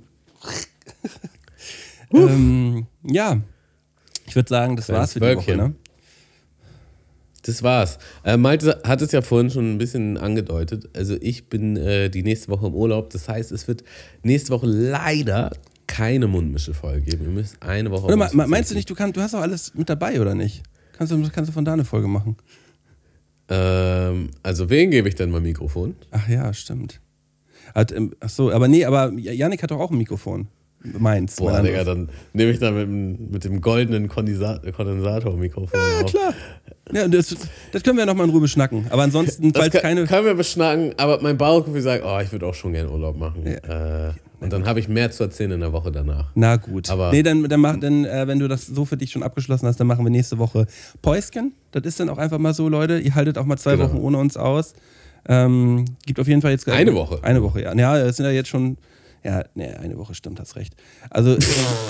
Ich würde sagen, das war's für die Woche, ne? Das war's. Malte hat es ja vorhin schon ein bisschen angedeutet. Also ich bin die nächste Woche im Urlaub. Das heißt, es wird nächste Woche leider keine Mundmische-Folge geben. Ihr müsst eine Woche... Oder meinst du nicht, du hast doch alles mit dabei, oder nicht? Kannst du von da eine Folge machen? Also wen gebe ich denn mein Mikrofon? Ach ja, stimmt. Aber Yannick hat doch auch ein Mikrofon. Meins. Boah, Digga, dann nehme ich da mit dem goldenen Kondensator-Mikrofon auf. Ja, klar. Ja, das können wir ja nochmal in Ruhe beschnacken. Aber ansonsten, können wir beschnacken, aber mein Bauchgefühl sagt, ich würde auch schon gerne Urlaub machen. Ja. Und dann habe ich mehr zu erzählen in der Woche danach. Na gut. Aber dann wenn du das so für dich schon abgeschlossen hast, dann machen wir nächste Woche Päuschen. Das ist dann auch einfach mal so, Leute, ihr haltet auch mal 2 Wochen ohne uns aus. Gibt auf jeden Fall jetzt... Eine Woche? Eine Woche, ja. Ja, das sind ja jetzt schon... Ja, eine Woche, stimmt, hast recht. Also,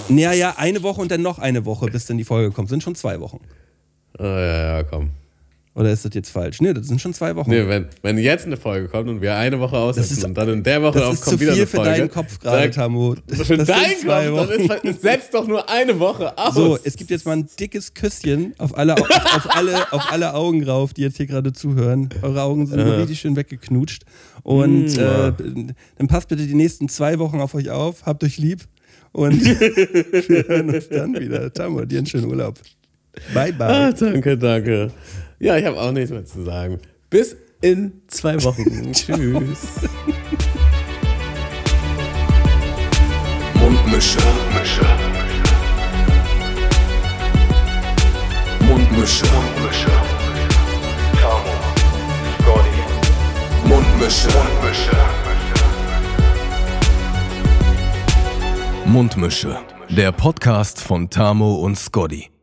eine Woche und dann noch eine Woche, bis dann die Folge kommt. Sind schon 2 Wochen. Ja, komm. Oder ist das jetzt falsch? Nee, das sind schon 2 Wochen. Nee, wenn jetzt eine Folge kommt und wir eine Woche aussetzen und dann in der Woche kommt wieder eine Folge. Das ist zu viel für deinen Kopf gerade, Tammo. Für deinen Kopf? Dann setzt doch nur eine Woche aus. So, es gibt jetzt mal ein dickes Küsschen auf alle Augen rauf, die jetzt hier gerade zuhören. Eure Augen sind richtig schön weggeknutscht. Und dann passt bitte die nächsten 2 Wochen auf euch auf. Habt euch lieb. Und wir hören uns dann wieder. Tammo, dir einen schönen Urlaub. Bye, bye. Danke. Ja, ich habe auch nichts mehr zu sagen. Bis in 2 Wochen. Tschüss. Mundmische. Tamo, Scotty. Mundmische. Der Podcast von Tamo und Scotty.